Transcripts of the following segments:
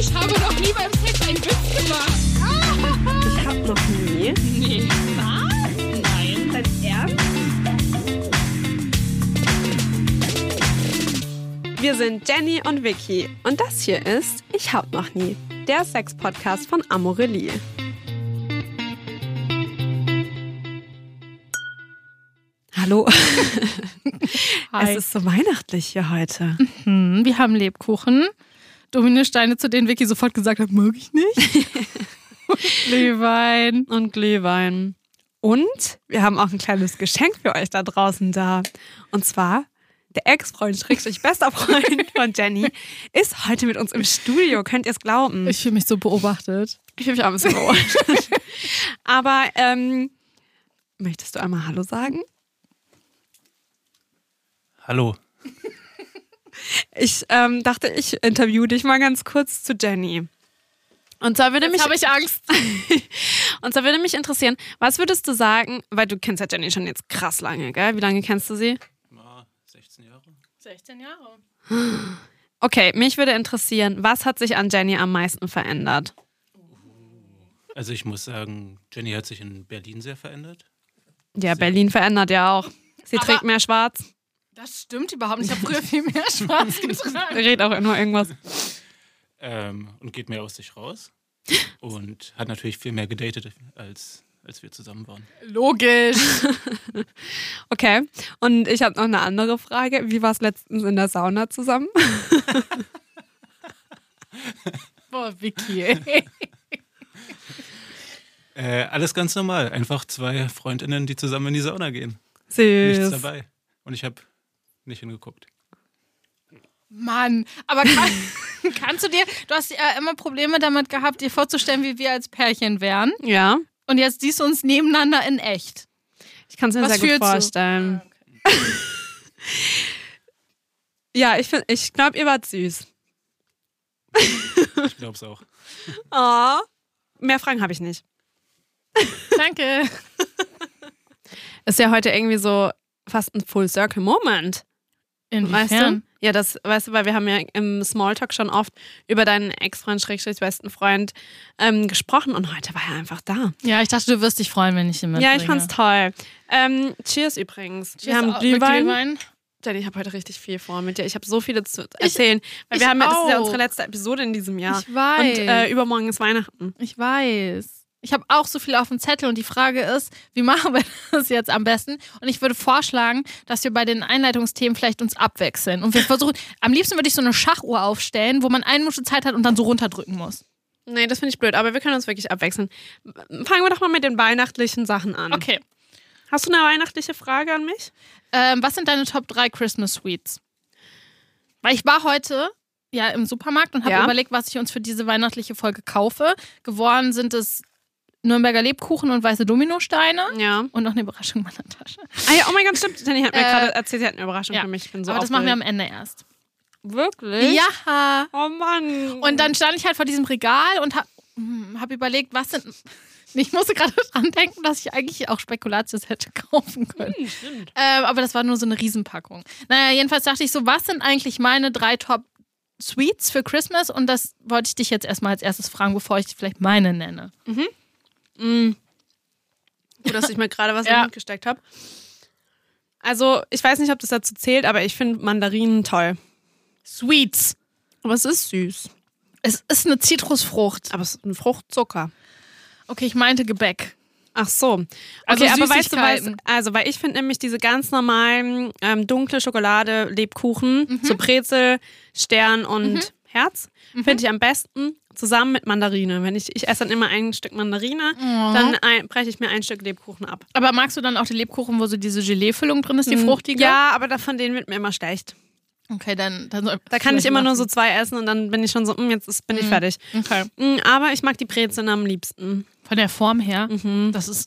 Ich habe noch nie beim Sex einen Witz gemacht. Ich hab noch nie. Nee. Was? Nein. Dein Ernst? Wir sind Jenny und Vicky und das hier ist Ich hab noch nie, der Sex-Podcast von Amorelie. Hallo. Hi. Es ist so weihnachtlich hier heute. Wir haben Lebkuchen, Dominosteine, zu denen Vicky sofort gesagt hat, mag ich nicht. Und Glühwein. Und Glühwein. Und wir haben auch ein kleines Geschenk für euch da draußen da. Und zwar der Ex-Freund, / bester Freund von Jenny, ist heute mit uns im Studio. Könnt ihr es glauben? Ich fühle mich so beobachtet. Ich fühle mich auch ein bisschen beobachtet. Aber möchtest du einmal Hallo sagen? Hallo. Ich dachte, ich interview dich mal ganz kurz zu Jenny. Und zwar würde Jetzt habe ich Angst. Und zwar würde mich interessieren, was würdest du sagen, weil du kennst ja Jenny schon jetzt krass lange, gell? Wie lange kennst du sie? 16 Jahre. 16 Jahre. Okay, mich würde interessieren, was hat sich an Jenny am meisten verändert? Also ich muss sagen, Jenny hat sich in Berlin sehr verändert. Ja, Berlin verändert ja auch. Sie Aber- trägt mehr schwarz. Das stimmt überhaupt nicht. Ich habe früher viel mehr Schwarz getragen. Redet auch nur irgendwas. Und geht mehr aus sich raus. Und hat natürlich viel mehr gedatet, als wir zusammen waren. Logisch. Okay, und ich habe noch eine andere Frage. Wie war es letztens in der Sauna zusammen? Boah, Vicky, ey. Alles ganz normal. Einfach zwei Freundinnen, die zusammen in die Sauna gehen. Nichts Süß. dabei. Und ich habe nicht hingeguckt. Mann, aber kannst du hast ja immer Probleme damit gehabt, dir vorzustellen, wie wir als Pärchen wären. Ja, Und jetzt siehst du uns nebeneinander in echt. ich kann es mir Was sehr gut fühlst du? vorstellen. Ja, ich glaube, ihr wart süß. Ich glaube es auch. Oh. Mehr Fragen habe ich nicht. Danke. Ist ja heute irgendwie so fast ein Full-Circle-Moment. Weißt du? Ja, das, weißt du, weil wir haben ja im Smalltalk schon oft über deinen Ex-Freund, / besten Freund gesprochen und heute war er einfach da. Ja, ich dachte, du wirst dich freuen, wenn ich ihn mitbringe. Ja, ich fand's toll. Cheers übrigens. Wir haben Mit Glühwein. Jenny, ich habe heute richtig viel vor mit dir. Ich habe so viele zu erzählen. Weil wir haben das ist ja unsere letzte Episode in diesem Jahr. Ich weiß. Und übermorgen ist Weihnachten. Ich weiß. Ich habe auch so viel auf dem Zettel und die Frage ist, wie machen wir das jetzt am besten? Und ich würde vorschlagen, dass wir bei den Einleitungsthemen vielleicht uns abwechseln. Und wir versuchen, am liebsten würde ich so eine Schachuhr aufstellen, wo man 1 Minute Zeit hat und dann so runterdrücken muss. Nee, das finde ich blöd, aber wir können uns wirklich abwechseln. Fangen wir doch mal mit den weihnachtlichen Sachen an. Okay. Hast du eine weihnachtliche Frage an mich? Was sind deine Top 3 Christmas Sweets? Weil ich war heute ja im Supermarkt und habe überlegt, was ich uns für diese weihnachtliche Folge kaufe. Geworden sind es Nürnberger Lebkuchen und weiße Dominosteine. Ja. Und noch eine Überraschung in meiner Tasche. Ah ja, oh mein Gott, stimmt. Jenny hat mir gerade erzählt, sie hat eine Überraschung für mich. Ich bin so aber das machen wir am aufgeregt. Ende erst. Wirklich? Ja. Oh Mann. Und dann stand ich halt vor diesem Regal und hab überlegt, was sind... Ich musste gerade dran denken, dass ich eigentlich auch Spekulatius hätte kaufen können. Stimmt. Aber das war nur so eine Riesenpackung. Naja, jedenfalls dachte ich so, was sind eigentlich meine 3 Top-Sweets für Christmas? Und das wollte ich dich jetzt erstmal als erstes fragen, bevor ich vielleicht meine nenne. Gut, dass ich mir gerade was in den Mund gesteckt habe. Also, ich weiß nicht, ob das dazu zählt, aber ich finde Mandarinen toll. Sweets. Aber es ist süß. Es ist eine Zitrusfrucht. Aber es ist ein Fruchtzucker. Okay, ich meinte Gebäck. Ach so. Also Okay, aber weißt du was? Süßigkeiten. Also, weil ich finde nämlich diese ganz normalen dunkle Schokolade, Lebkuchen, so Brezel, Stern und Herz, finde ich am besten zusammen mit Mandarine. Ich esse dann immer ein Stück Mandarine, dann breche ich mir ein Stück Lebkuchen ab. Aber magst du dann auch die Lebkuchen, wo so diese Gelee-Füllung drin ist, die fruchtige? Ja, aber von denen wird mir immer schlecht. Okay, dann Da kann ich immer nur so 2 essen und dann bin ich schon so, bin ich fertig. Okay. Aber ich mag die Brezeln am liebsten. Von der Form her, das ist...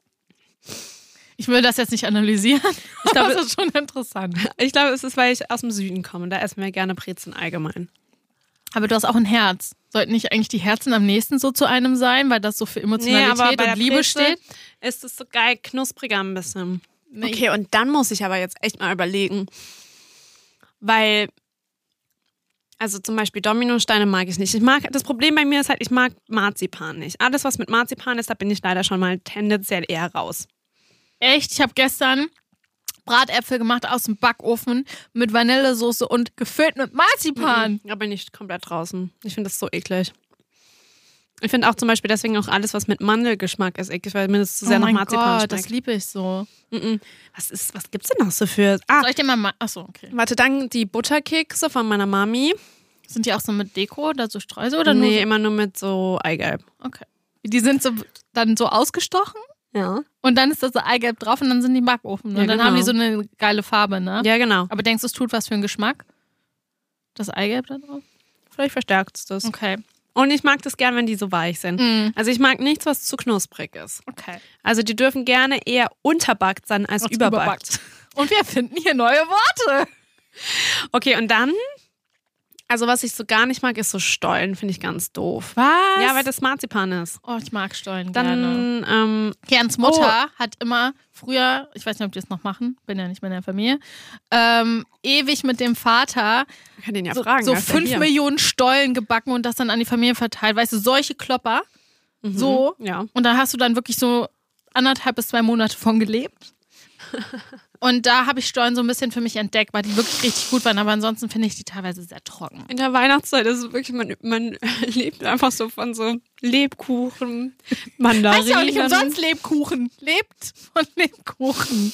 Ich will das jetzt nicht analysieren, ich glaube, das ist schon interessant. Ich glaube, es ist, weil ich aus dem Süden komme. Da essen wir gerne Brezeln allgemein. Aber du hast auch ein Herz. Sollten nicht eigentlich die Herzen am nächsten so zu einem sein, weil das so für Emotionalität bei der und Liebe Brezel steht? Ist es so geil knuspriger ein bisschen. Okay, und dann muss ich aber jetzt echt mal überlegen. Weil Also zum Beispiel Dominosteine mag ich nicht. Das Problem bei mir ist halt, ich mag Marzipan nicht. Alles, was mit Marzipan ist, da bin ich leider schon mal tendenziell eher raus. Echt? Ich habe gestern Bratäpfel gemacht aus dem Backofen mit Vanillesoße und gefüllt mit Marzipan. Da bin ich komplett draußen. Ich finde das so eklig. Ich finde auch zum Beispiel deswegen auch alles, was mit Mandelgeschmack ist, eklig, weil mir das zu sehr nach Marzipan schmeckt. Das liebe ich so. Was gibt's denn noch so für... Soll ich dir mal... Achso, okay. Warte, dann die Butterkekse von meiner Mami. Sind die auch so mit Deko oder so Streusel? Oder Nee, nur immer nur mit so Eigelb. Okay. Die sind dann so ausgestochen? Ja. Und dann ist da so Eigelb drauf und dann sind die im Backofen. Und dann haben die so eine geile Farbe, ne? Ja, genau. Aber denkst du, es tut was für einen Geschmack? Das Eigelb da drauf? Vielleicht verstärkt es das. Okay. Und ich mag das gern, wenn die so weich sind. Also ich mag nichts, was zu knusprig ist. Okay. Also die dürfen gerne eher unterbackt sein als überbackt. Und wir finden hier neue Worte. Okay, und dann, also was ich so gar nicht mag, ist so Stollen, finde ich ganz doof. Was? Ja, weil das Marzipan ist. Oh, ich mag Stollen gerne. Dann, Kerns Mutter hat immer früher, ich weiß nicht, ob die das noch machen, bin ja nicht mehr in der Familie, ewig mit dem Vater ich kann den ja fragen. so wer ist denn 5 hier? Millionen Stollen gebacken und das dann an die Familie verteilt. Weißt du, solche Klopper. So. Ja. Und da hast du dann wirklich so 1,5 bis 2 Monate von gelebt. Und da habe ich Stollen so ein bisschen für mich entdeckt, weil die wirklich richtig gut waren. Aber ansonsten finde ich die teilweise sehr trocken. In der Weihnachtszeit ist es wirklich, man lebt einfach so von so Lebkuchen, Mandarinen. Heißt ja auch nicht umsonst Lebkuchen. Lebt von Lebkuchen.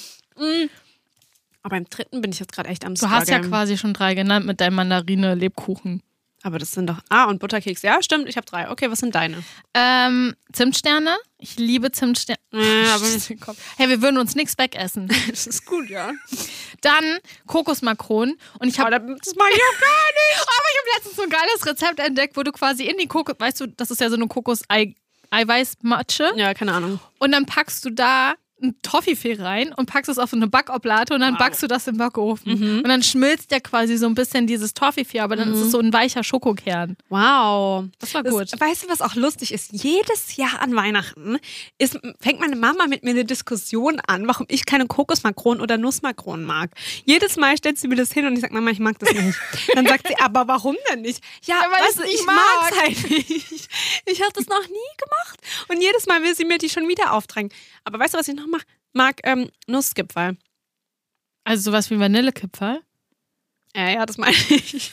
Aber im dritten bin ich jetzt gerade echt am Du hast ja struggeln. quasi schon 3 genannt mit deinem Mandarine-Lebkuchen. Aber das sind doch... und Butterkeks. Ja, stimmt, ich habe 3. Okay, was sind deine? Zimtsterne. Ich liebe Zimtsterne. Ja, aber Hey, wir würden uns nichts wegessen. das ist gut, ja. Dann Kokosmakronen. Und ich habe... Das mag ich auch gar nicht. Aber ich habe letztens so ein geiles Rezept entdeckt, wo du quasi in die Kokos... Weißt du, das ist ja so eine Kokos-Eiweißmatsche. Ja, keine Ahnung. Und dann packst du da ein Toffifee rein und packst es auf so eine Backoblate und dann backst du das im Backofen. Und dann schmilzt ja quasi so ein bisschen dieses Toffifee, aber dann ist es so ein weicher Schokokern. Wow. Das war gut. Weißt du, was auch lustig ist? Jedes Jahr an Weihnachten fängt meine Mama mit mir eine Diskussion an, warum ich keine Kokosmakronen oder Nussmakronen mag. Jedes Mal stellt sie mir das hin und ich sage, Mama, ich mag das nicht. Dann sagt sie, aber warum denn nicht? Ja, weil weißt ich du, nicht ich mag. mag's halt nicht. Ich habe das noch nie gemacht. Und jedes Mal will sie mir die schon wieder aufdrängen. Aber weißt du, was ich noch mag? Nussgipfel. Also sowas wie Vanillekipferl? Ja, das meine ich.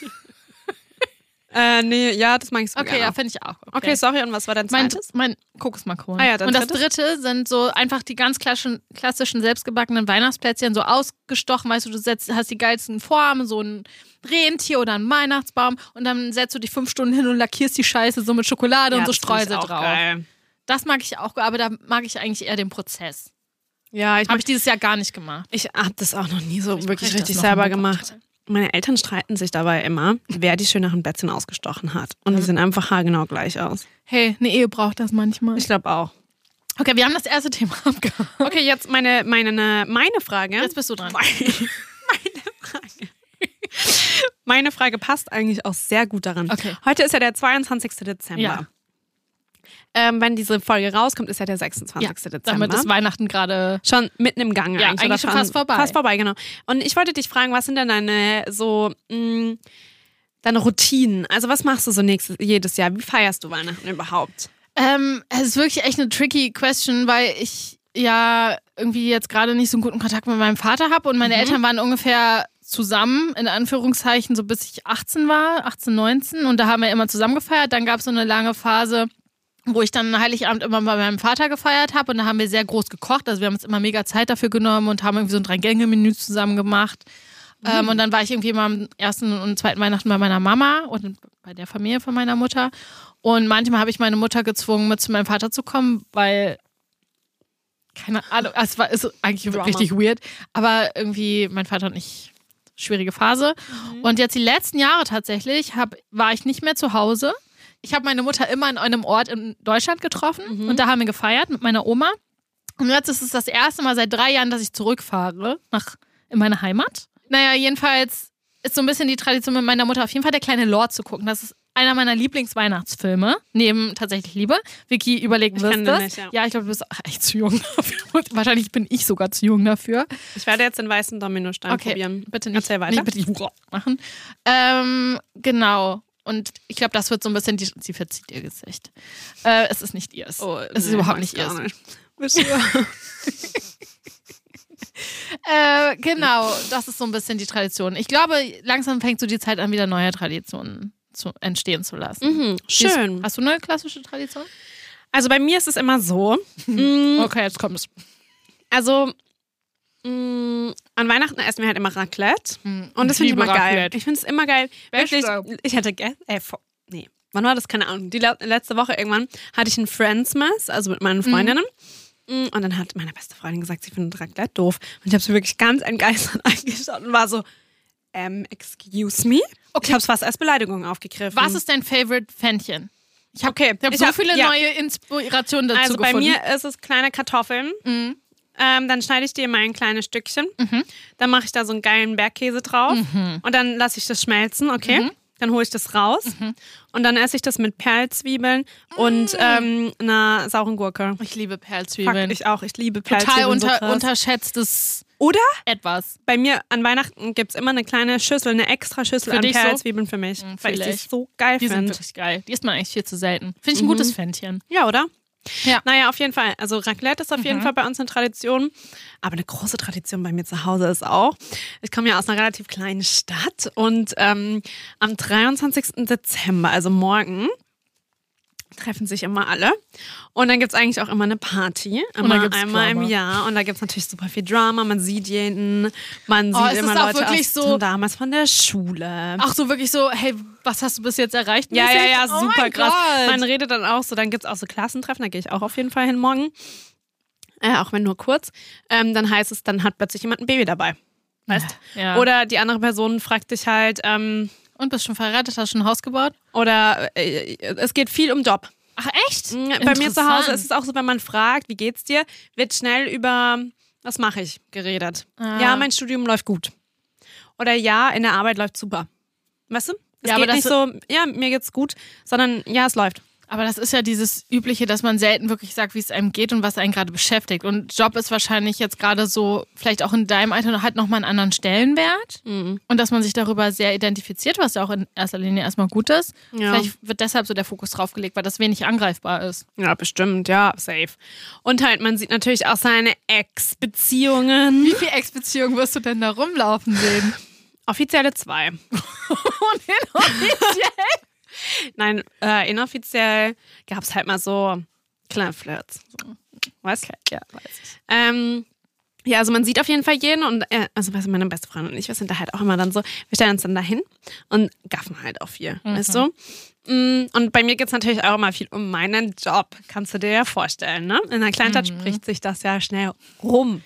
Nee, ja, das mag ich so Okay, gerne. ja, finde ich auch. Okay, sorry, und was war dein zweites? Mein Kokosmakronen. Ah ja, dann und das drittes? dritte sind so einfach die ganz klassischen selbstgebackenen Weihnachtsplätzchen, so ausgestochen, weißt du, hast die geilsten Formen, so ein Rentier oder ein Weihnachtsbaum und dann setzt du dich 5 Stunden hin und lackierst die Scheiße so mit Schokolade und so Streusel drauf. Geil. Das mag ich auch, aber da mag ich eigentlich eher den Prozess. Ja, Habe ich dieses Jahr gar nicht gemacht. Ich habe das auch noch nie so Ich wirklich breche richtig das noch selber im Mund gemacht. Meine Eltern streiten sich dabei immer, wer die schöneren Blättchen ausgestochen hat. Und die sehen einfach haargenau gleich aus. Hey, eine Ehe braucht das manchmal. Ich glaube auch. Okay, wir haben das erste Thema abgehakt. Okay, jetzt meine Frage. Jetzt bist du dran. Meine Frage passt eigentlich auch sehr gut daran. Okay. Heute ist ja der 22. Dezember. Ja. Wenn diese Folge rauskommt, ist ja der 26. Dezember. Damit ist Weihnachten gerade... Schon mitten im Gange Ja, eigentlich. eigentlich schon fast vorbei. Fast vorbei, genau. Und ich wollte dich fragen, was sind denn deine Routinen? Also was machst du so jedes Jahr? Wie feierst du Weihnachten überhaupt? Es ist wirklich echt eine tricky question, weil ich ja irgendwie jetzt gerade nicht so einen guten Kontakt mit meinem Vater habe und meine Eltern waren ungefähr zusammen, in Anführungszeichen, so bis ich 18 war, 18, 19 und da haben wir immer zusammen gefeiert. Dann gab es so eine lange Phase, wo ich dann Heiligabend immer bei meinem Vater gefeiert habe und da haben wir sehr groß gekocht. Also wir haben uns immer mega Zeit dafür genommen und haben irgendwie so ein 3-Gänge-Menü zusammen gemacht. Und dann war ich irgendwie immer am ersten und zweiten Weihnachten bei meiner Mama und bei der Familie von meiner Mutter. Und manchmal habe ich meine Mutter gezwungen, mit zu meinem Vater zu kommen, weil, keine Ahnung, es ist eigentlich richtig weird. Aber irgendwie mein Vater und ich, schwierige Phase. Und jetzt die letzten Jahre tatsächlich war ich nicht mehr zu Hause. Ich habe meine Mutter immer an einem Ort in Deutschland getroffen und da haben wir gefeiert mit meiner Oma. Und jetzt ist es das erste Mal seit 3 Jahren, dass ich zurückfahre in meine Heimat. Naja, jedenfalls ist so ein bisschen die Tradition mit meiner Mutter auf jeden Fall der kleine Lord zu gucken. Das ist einer meiner Lieblingsweihnachtsfilme, neben tatsächlich Liebe. Vicky, überlegen wirst kenn das. den nicht, ja. Ja, ich glaube, du bist echt zu jung dafür. Und wahrscheinlich bin ich sogar zu jung dafür. Ich werde jetzt den weißen Dominostein probieren. Bitte nicht. Erzähl weiter. Nee, bitte nicht machen. Genau. Und ich glaube, das wird so ein bisschen, sie verzieht ihr Gesicht. Es ist nicht ihrs. Es ist überhaupt nicht ihrs. Genau, das ist so ein bisschen die Tradition. Ich glaube, langsam fängt so die Zeit an, wieder neue Traditionen entstehen zu lassen. Schön. Hast du eine klassische Tradition? Also bei mir ist es immer so. Okay, jetzt kommt es. Also an Weihnachten essen wir halt immer Raclette. Und das finde ich immer geil. Ich finde es immer geil. Wirklich, ich hatte wann war das? Keine Ahnung. Die letzte Woche irgendwann hatte ich ein Friendsmas, also mit meinen Freundinnen. Und dann hat meine beste Freundin gesagt, sie findet Raclette doof. Und ich habe sie wirklich ganz entgeistert angeschaut und war so, excuse me? Okay. Ich habe es fast als Beleidigung aufgegriffen. Was ist dein Favorite Pfännchen? Ich habe viele neue Inspirationen dazu also gefunden. Also bei mir ist es kleine Kartoffeln. Dann schneide ich die immer in kleine Stückchen. Dann mache ich da so einen geilen Bergkäse drauf. Und dann lasse ich das schmelzen, okay? Dann hole ich das raus. Und dann esse ich das mit Perlzwiebeln und einer sauren Gurke. Ich liebe Perlzwiebeln. Fuck, ich auch. Ich liebe Perlzwiebeln. Total unterschätztes Oder? Etwas. Bei mir an Weihnachten gibt es immer eine kleine Schüssel, eine extra Schüssel an Perlzwiebeln für mich. Weil ich die so geil finde. Die sind wirklich geil. Die isst man eigentlich viel zu selten. Finde ich ein gutes Pfännchen. Ja, oder? Ja. Naja, auf jeden Fall. Also Raclette ist auf jeden Fall bei uns eine Tradition. Aber eine große Tradition bei mir zu Hause ist auch, ich komme ja aus einer relativ kleinen Stadt und am 23. Dezember, also morgen, treffen sich immer alle. Und dann gibt es eigentlich auch immer eine Party. Immer einmal im Jahr. Und da gibt es natürlich super viel Drama. Man sieht jeden. Man sieht immer Leute von damals von der Schule. Ach so, wirklich so, hey, was hast du bis jetzt erreicht? Ja, super krass. Gott. Man redet dann auch so, dann gibt es auch so Klassentreffen. Da gehe ich auch auf jeden Fall hin morgen. Auch wenn nur kurz. Dann heißt es, dann hat plötzlich jemand ein Baby dabei. Weißt? Ja. Oder die andere Person fragt dich halt, und bist schon verheiratet? Hast du schon ein Haus gebaut? Oder es geht viel um Job. Ach echt? Bei mir zu Hause ist es auch so, wenn man fragt, wie geht's dir, wird schnell über, was mache ich, geredet. Ja, mein Studium läuft gut. Oder ja, in der Arbeit läuft super. Weißt du? Es geht nicht so, ja, mir geht's gut, sondern ja, es läuft. Aber das ist ja dieses Übliche, dass man selten wirklich sagt, wie es einem geht und was einen gerade beschäftigt. Und Job ist wahrscheinlich jetzt gerade so, vielleicht auch in deinem Alter, halt nochmal einen anderen Stellenwert. Und dass man sich darüber sehr identifiziert, was ja auch in erster Linie erstmal gut ist. Ja. Vielleicht wird deshalb so der Fokus drauf gelegt, weil das wenig angreifbar ist. Ja, bestimmt, ja, safe. Und halt, man sieht natürlich auch seine Ex-Beziehungen. Wie viele Ex-Beziehungen wirst du denn da rumlaufen sehen? Offizielle 2. Und inoffiziell? Nein, inoffiziell gab es halt mal so kleine Flirts. So. Weißt du? Ja, weiß ich. Ja, also man sieht auf jeden Fall jeden und also weißt du, meine beste Freundin und ich, wir sind da halt auch immer dann so, wir stellen uns dann dahin und gaffen halt auch viel, weißt du? Und bei mir geht es natürlich auch immer viel um meinen Job, kannst du dir ja vorstellen, ne? In einer Kleinstadt spricht sich das ja schnell rum.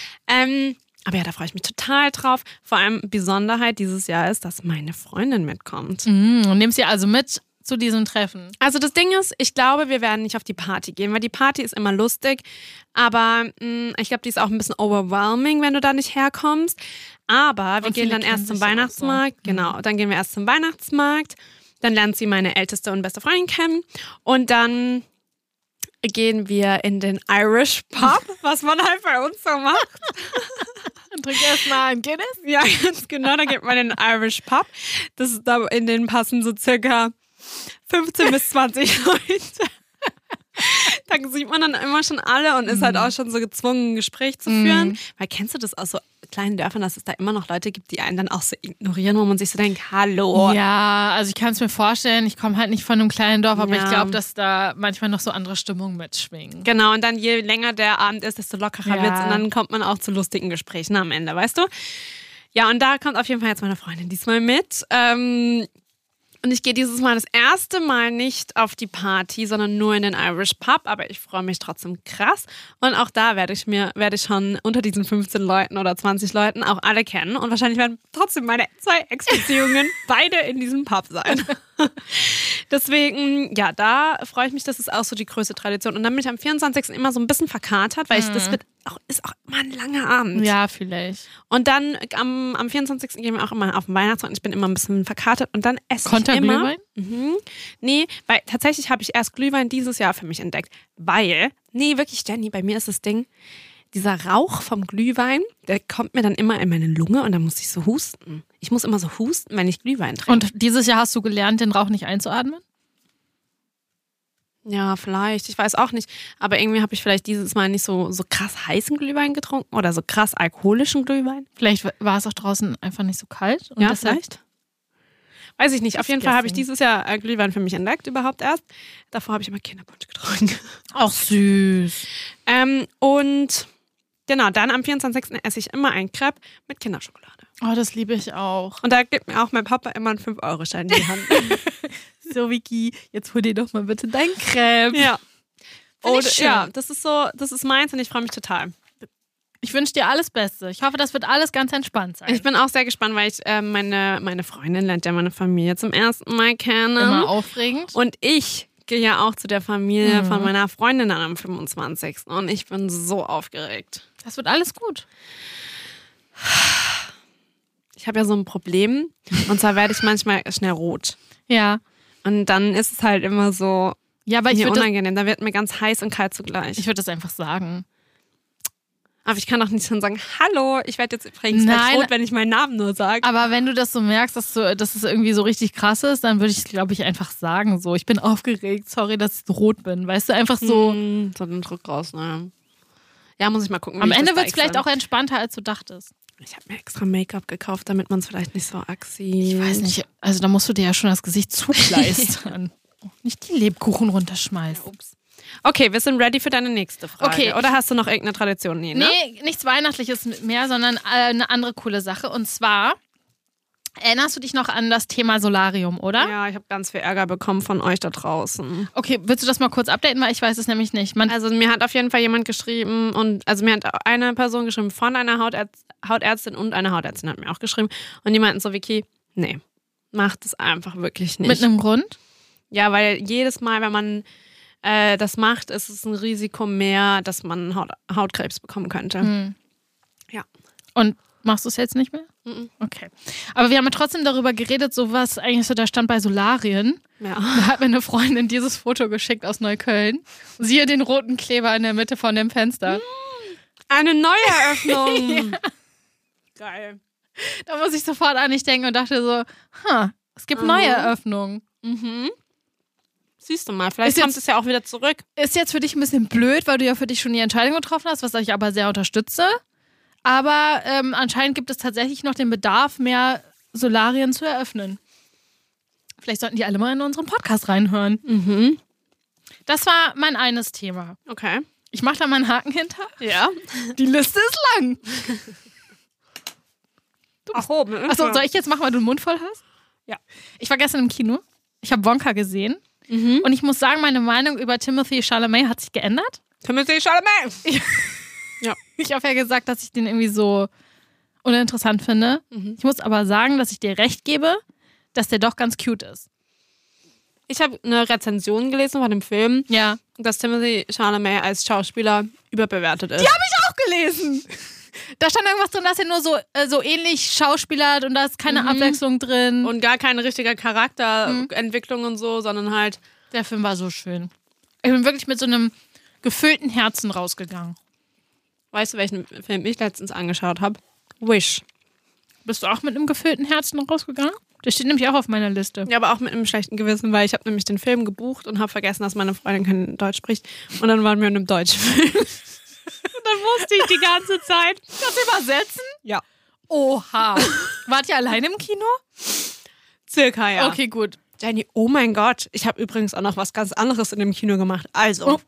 Aber ja, da freue ich mich total drauf. Vor allem Besonderheit dieses Jahr ist, dass meine Freundin mitkommt. Und nimmst sie also mit zu diesem Treffen? Also das Ding ist, ich glaube, wir werden nicht auf die Party gehen, weil die Party ist immer lustig. Aber ich glaube, die ist auch ein bisschen overwhelming, wenn du da nicht herkommst. Aber wir gehen dann erst zum Weihnachtsmarkt. So. Genau, dann gehen wir erst zum Weihnachtsmarkt. Dann lernt sie meine älteste und beste Freundin kennen. Und dann gehen wir in den Irish Pub, was man halt bei uns so macht. Und trink erstmal ein Guinness. Ja, ganz genau, da geht man in den Irish Pub. Das ist da, in den passen so circa 15 bis 20 Leute. Da sieht man dann immer schon alle und ist halt auch schon so gezwungen, ein Gespräch zu führen. Weil kennst du das aus so kleinen Dörfern, dass es da immer noch Leute gibt, die einen dann auch so ignorieren, wo man sich so denkt, hallo. Ja, also ich kann es mir vorstellen, ich komme halt nicht von einem kleinen Dorf, aber ich glaube, dass da manchmal noch so andere Stimmungen mitschwingen. Genau, und dann je länger der Abend ist, desto lockerer wird's und dann kommt man auch zu lustigen Gesprächen am Ende, weißt du? Ja, und da kommt auf jeden Fall jetzt meine Freundin diesmal mit. Und ich gehe dieses Mal das erste Mal nicht auf die Party, sondern nur in den Irish Pub. Aber ich freue mich trotzdem krass. Und auch da werde ich schon unter diesen 15 Leuten oder 20 Leuten auch alle kennen. Und wahrscheinlich werden trotzdem meine 2 Ex-Beziehungen beide in diesem Pub sein. Deswegen, ja, da freue ich mich, das ist auch so die größte Tradition. Und dann bin ich am 24. immer so ein bisschen verkatert, weil das ist auch immer ein langer Abend. Ja, vielleicht. Und dann am 24. gehen wir auch immer auf den Weihnachtsmarkt. Ich bin immer ein bisschen verkatert und dann esse ich immer. Glühwein? Nee, weil tatsächlich habe ich erst Glühwein dieses Jahr für mich entdeckt. Weil, wirklich, Jenny, bei mir ist das Ding, dieser Rauch vom Glühwein, der kommt mir dann immer in meine Lunge und dann muss ich so husten. Ich muss immer so husten, wenn ich Glühwein trinke. Und dieses Jahr hast du gelernt, den Rauch nicht einzuatmen? Ja, vielleicht. Ich weiß auch nicht. Aber irgendwie habe ich vielleicht dieses Mal nicht so krass heißen Glühwein getrunken oder so krass alkoholischen Glühwein. Vielleicht war es auch draußen einfach nicht so kalt. Und Ja, deshalb vielleicht. Weiß ich nicht. Auf jeden Fall habe ich dieses Jahr Glühwein für mich entdeckt, überhaupt erst. Davor habe ich immer Kinderpunsch getrunken. Auch süß. Und genau, dann am 24. esse ich immer ein Crepe mit Kinderschokolade. Oh, das liebe ich auch. Und da gibt mir auch mein Papa immer einen 5-Euro-Schein in die Hand. So, Vicky, jetzt hol dir doch mal bitte dein Crepe. Ja. Find ich schön. Ja, das ist meins und ich freue mich total. Ich wünsche dir alles Beste. Ich hoffe, das wird alles ganz entspannt sein. Ich bin auch sehr gespannt, weil ich meine Freundin lernt ja meine Familie zum ersten Mal kennen. Immer aufregend. Und ich gehe ja auch zu der Familie von meiner Freundin dann am 25. Und ich bin so aufgeregt. Das wird alles gut. Ich habe ja so ein Problem. Und zwar werde ich manchmal schnell rot. Ja. Und dann ist es halt immer so Ja, aber ich würde unangenehm. Da wird mir ganz heiß und kalt zugleich. das einfach sagen. Aber ich kann doch nicht schon sagen, hallo, ich werde jetzt übrigens gleich rot, wenn ich meinen Namen nur sage. Aber wenn du das so merkst, dass es irgendwie so richtig krass ist, dann würde ich es, glaube ich, einfach sagen. So, ich bin aufgeregt, sorry, dass ich so rot bin. Weißt du, einfach so. So den Druck raus, naja. Ja, muss ich mal gucken. Am Ende wird es vielleicht auch entspannter, als du dachtest. Ich habe mir extra Make-up gekauft, damit man es vielleicht nicht so arg sieht. Ich weiß nicht, also da musst du dir ja schon das Gesicht zukleistern. Nicht die Lebkuchen runterschmeißen. Ups. Okay, wir sind ready für deine nächste Frage. Okay. Oder hast du noch irgendeine Tradition? Nee, ne? Nee, nichts Weihnachtliches mehr, sondern eine andere coole Sache. Und zwar, erinnerst du dich noch an das Thema Solarium, oder? Ja, ich habe ganz viel Ärger bekommen von euch da draußen. Okay, willst du das mal kurz updaten, weil ich weiß es nämlich nicht. Also mir hat auf jeden Fall jemand geschrieben mir hat eine Person geschrieben von einer Hautärztin und eine Hautärztin hat mir auch geschrieben und die meinten so, Vicky, nee, macht es einfach wirklich nicht. Mit einem Grund? Ja, weil jedes Mal, wenn man das macht, ist es ein Risiko mehr, dass man Hautkrebs bekommen könnte. Mhm. Ja. Und machst du es jetzt nicht mehr? Mhm. Okay. Aber wir haben ja trotzdem darüber geredet, so was eigentlich so der Stand bei Solarien. Ja. Da hat mir eine Freundin dieses Foto geschickt aus Neukölln. Siehe den roten Kleber in der Mitte von dem Fenster. Eine Neueröffnung. Ja. Geil. Da muss ich sofort an dich denken und dachte so, es gibt Neueröffnungen. Mhm. Siehst du mal, vielleicht kommt es ja auch wieder zurück. Ist jetzt für dich ein bisschen blöd, weil du ja für dich schon die Entscheidung getroffen hast, was ich aber sehr unterstütze. Aber anscheinend gibt es tatsächlich noch den Bedarf, mehr Solarien zu eröffnen. Vielleicht sollten die alle mal in unseren Podcast reinhören. Mhm. Das war mein eines Thema. Okay. Ich mache da mal einen Haken hinter. Ja. Die Liste ist lang. Achso, soll ich jetzt machen, weil du den Mund voll hast? Ja. Ich war gestern im Kino. Ich habe Wonka gesehen. Mhm. Und ich muss sagen, meine Meinung über Timothée Chalamet hat sich geändert. Timothée Chalamet! Ja. Ich habe ja gesagt, dass ich den irgendwie so uninteressant finde. Mhm. Ich muss aber sagen, dass ich dir recht gebe, dass der doch ganz cute ist. Ich habe eine Rezension gelesen von dem Film, Ja. dass Timothée Chalamet als Schauspieler überbewertet ist. Die habe ich auch gelesen. Da stand irgendwas drin, dass er nur so ähnlich schauspielert und da ist keine Abwechslung drin. Und gar keine richtige Charakterentwicklung und so, sondern halt. Der Film war so schön. Ich bin wirklich mit so einem gefüllten Herzen rausgegangen. Weißt du, welchen Film ich letztens angeschaut habe? Wish. Bist du auch mit einem gefüllten Herzen rausgegangen? Der steht nämlich auch auf meiner Liste. Ja, aber auch mit einem schlechten Gewissen, weil ich habe nämlich den Film gebucht und habe vergessen, dass meine Freundin kein Deutsch spricht. Und dann waren wir in einem deutschen Film. Und dann musste ich die ganze Zeit Das übersetzen? Ja. Oha. Wart ihr alleine im Kino? Circa, ja. Okay, gut. Jenny, oh mein Gott. Ich habe übrigens auch noch was ganz anderes in dem Kino gemacht. Also.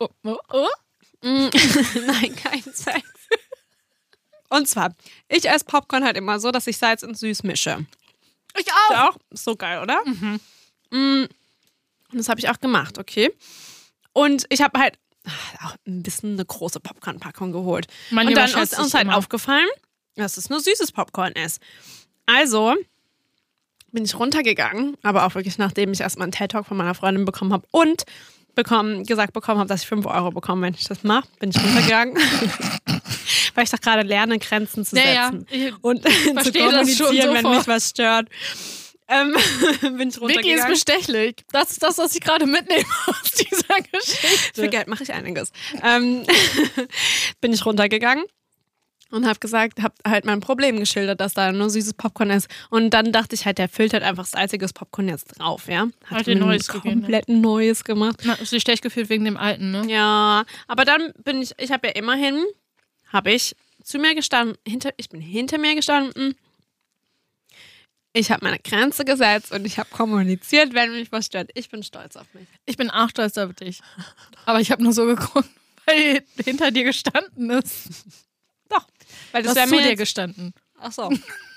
Nein, kein Sex. Und zwar, ich esse Popcorn halt immer so, dass ich Salz und Süß mische. Ich auch. Ist auch so geil, oder? Mhm. Und das habe ich auch gemacht, okay? Und ich habe halt auch ein bisschen eine große Popcorn-Packung geholt. Man und dann überschätzt ist uns sich halt immer. aufgefallen, dass es nur süßes Popcorn ist. Also bin ich runtergegangen, aber auch wirklich nachdem ich erstmal einen TED-Talk von meiner Freundin bekommen habe und gesagt bekommen habe, dass ich 5 Euro bekomme, wenn ich das mache, bin ich runtergegangen. Weil ich doch gerade lerne, Grenzen zu setzen. Ja, und zu kommunizieren, wenn mich was stört. Bin ich runtergegangen. Vicky ist bestechlich. Das ist das, was ich gerade mitnehme aus dieser Geschichte. Für Geld mache ich einiges. Bin ich runtergegangen und habe gesagt, habe halt mein Problem geschildert, dass da nur süßes Popcorn ist. Und dann dachte ich halt, der filtert einfach salziges Popcorn jetzt drauf, ja. Hat dir neues komplett Neues gemacht. Na, ist dich schlecht gefühlt wegen dem Alten, ne? Ja, aber dann ich habe ja immerhin, zu mir gestanden, ich bin hinter mir gestanden. Ich habe meine Grenze gesetzt und ich habe kommuniziert, wenn mich was stört. Ich bin stolz auf mich. Ich bin auch stolz auf dich. Aber ich habe nur so geguckt, weil hinter dir gestanden ist. Doch, weil das wäre wäre zu mir dir gestanden. Ach so.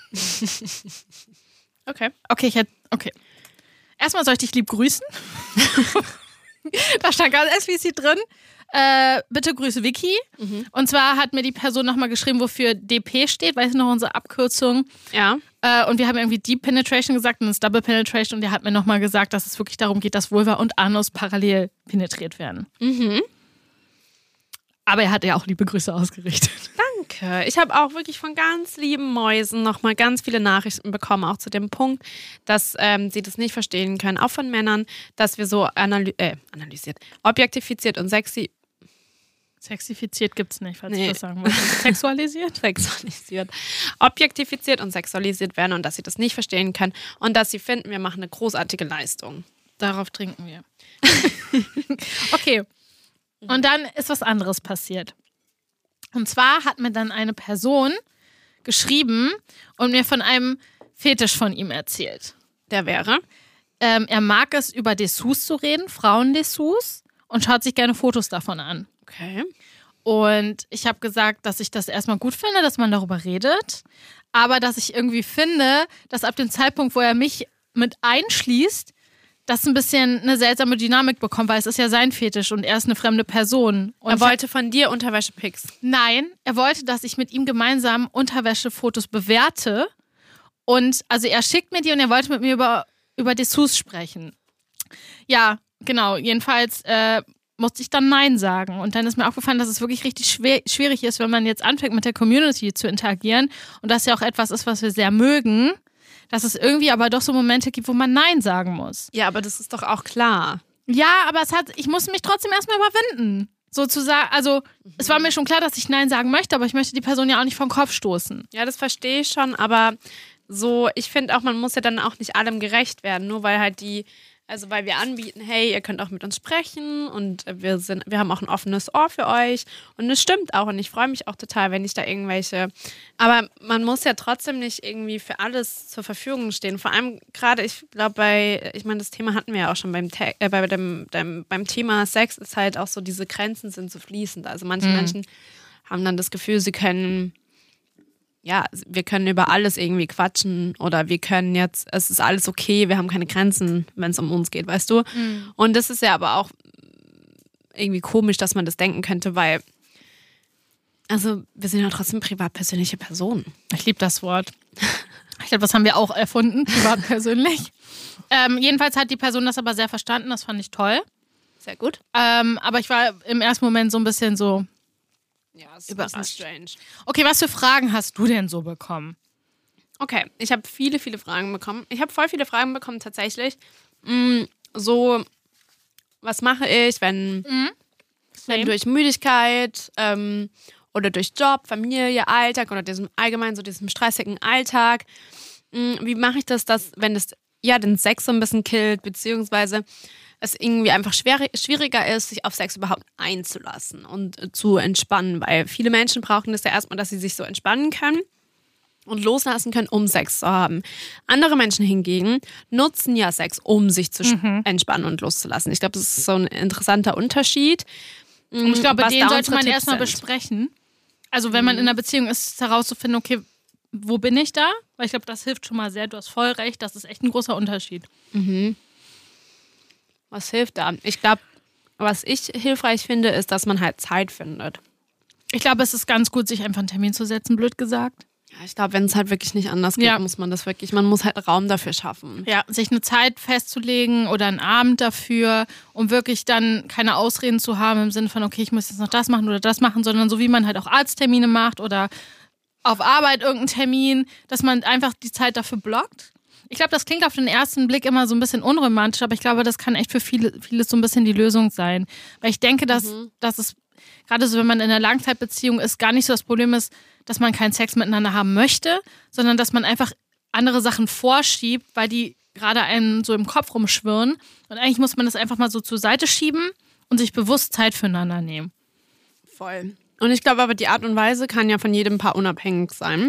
Okay. Okay. Erstmal soll ich dich lieb grüßen. Da stand ganz explizit drin. Bitte grüße Vicky. Und zwar hat mir die Person nochmal geschrieben, wofür DP steht, weißt du noch, unsere Abkürzung. Ja. Und wir haben irgendwie Deep Penetration gesagt und das Double Penetration und der hat mir nochmal gesagt, dass es wirklich darum geht, dass Vulva und Anus parallel penetriert werden. Aber er hat ja auch liebe Grüße ausgerichtet. Danke. Ich habe auch wirklich von ganz lieben Mäusen nochmal ganz viele Nachrichten bekommen, auch zu dem Punkt, dass sie das nicht verstehen können, auch von Männern, dass wir so analysiert, objektifiziert und Sexifiziert gibt's nicht, falls ich das sagen wollte. Sexualisiert, objektifiziert und sexualisiert werden und dass sie das nicht verstehen können und dass sie finden, wir machen eine großartige Leistung. Darauf trinken wir. Okay. Und dann ist was anderes passiert. Und zwar hat mir dann eine Person geschrieben und mir von einem Fetisch von ihm erzählt. Der wäre? Er mag es, über Dessous zu reden, Frauendessous, und schaut sich gerne Fotos davon an. Okay. Und ich habe gesagt, dass ich das erstmal gut finde, dass man darüber redet, aber dass ich irgendwie finde, dass ab dem Zeitpunkt, wo er mich mit einschließt, das ein bisschen eine seltsame Dynamik bekommt, weil es ist ja sein Fetisch und er ist eine fremde Person. Und er wollte von dir Unterwäsche-Pics. Nein, er wollte, dass ich mit ihm gemeinsam Unterwäschefotos bewerte. Und also er schickt mir die und er wollte mit mir über Dessous sprechen. Ja, genau. Jedenfalls musste ich dann Nein sagen. Und dann ist mir aufgefallen, dass es wirklich richtig schwierig ist, wenn man jetzt anfängt, mit der Community zu interagieren. Und das ja auch etwas ist, was wir sehr mögen. Dass es irgendwie aber doch so Momente gibt, wo man Nein sagen muss. Ja, aber das ist doch auch klar. Ja, aber ich muss mich trotzdem erstmal überwinden. Sozusagen, also es war mir schon klar, dass ich Nein sagen möchte, aber ich möchte die Person ja auch nicht vom Kopf stoßen. Ja, das verstehe ich schon, aber so, ich finde auch, man muss ja dann auch nicht allem gerecht werden, nur weil halt weil wir anbieten, hey, ihr könnt auch mit uns sprechen und wir haben auch ein offenes Ohr für euch und es stimmt auch und ich freue mich auch total, wenn ich da aber man muss ja trotzdem nicht irgendwie für alles zur Verfügung stehen, vor allem gerade, ich glaube das Thema hatten wir ja auch schon beim Thema Sex ist halt auch so, diese Grenzen sind so fließend, also manche Menschen haben dann das Gefühl, wir können über alles irgendwie quatschen oder es ist alles okay, wir haben keine Grenzen, wenn es um uns geht, weißt du? Und das ist ja aber auch irgendwie komisch, dass man das denken könnte, weil, also wir sind ja trotzdem privat-persönliche Personen. Ich liebe das Wort. Ich glaube, das haben wir auch erfunden, privat-persönlich. Jedenfalls hat die Person das aber sehr verstanden, das fand ich toll. Sehr gut. Aber ich war im ersten Moment so ein bisschen so, ja, es ist ein bisschen strange. Okay, was für Fragen hast du denn so bekommen? Okay, ich habe viele, viele Fragen bekommen. Ich habe voll viele Fragen bekommen tatsächlich. So, was mache ich, wenn durch Müdigkeit oder durch Job, Familie, Alltag oder diesem stressigen Alltag, wie mache ich das, wenn das den Sex so ein bisschen killt, beziehungsweise es irgendwie einfach schwieriger ist, sich auf Sex überhaupt einzulassen und zu entspannen, weil viele Menschen brauchen das ja erstmal, dass sie sich so entspannen können und loslassen können, um Sex zu haben. Andere Menschen hingegen nutzen ja Sex, um sich zu entspannen und loszulassen. Ich glaube, das ist so ein interessanter Unterschied. Und ich glaube, den sollte man erstmal besprechen. Also wenn man in einer Beziehung ist, herauszufinden, okay, wo bin ich da? Weil ich glaube, das hilft schon mal sehr. Du hast voll recht, das ist echt ein großer Unterschied. Was hilft da? Ich glaube, was ich hilfreich finde, ist, dass man halt Zeit findet. Ich glaube, es ist ganz gut, sich einfach einen Termin zu setzen, blöd gesagt. Ich glaube, wenn es halt wirklich nicht anders geht, muss man man muss halt Raum dafür schaffen. Ja, sich eine Zeit festzulegen oder einen Abend dafür, um wirklich dann keine Ausreden zu haben im Sinne von, okay, ich muss jetzt noch das machen oder das machen, sondern so wie man halt auch Arzttermine macht oder auf Arbeit irgendeinen Termin, dass man einfach die Zeit dafür blockt. Ich glaube, das klingt auf den ersten Blick immer so ein bisschen unromantisch, aber ich glaube, das kann echt für vieles so ein bisschen die Lösung sein. Weil ich denke, dass es gerade so, wenn man in einer Langzeitbeziehung ist, gar nicht so das Problem ist, dass man keinen Sex miteinander haben möchte, sondern dass man einfach andere Sachen vorschiebt, weil die gerade einem so im Kopf rumschwirren. Und eigentlich muss man das einfach mal so zur Seite schieben und sich bewusst Zeit füreinander nehmen. Voll. Und ich glaube aber, die Art und Weise kann ja von jedem Paar unabhängig sein.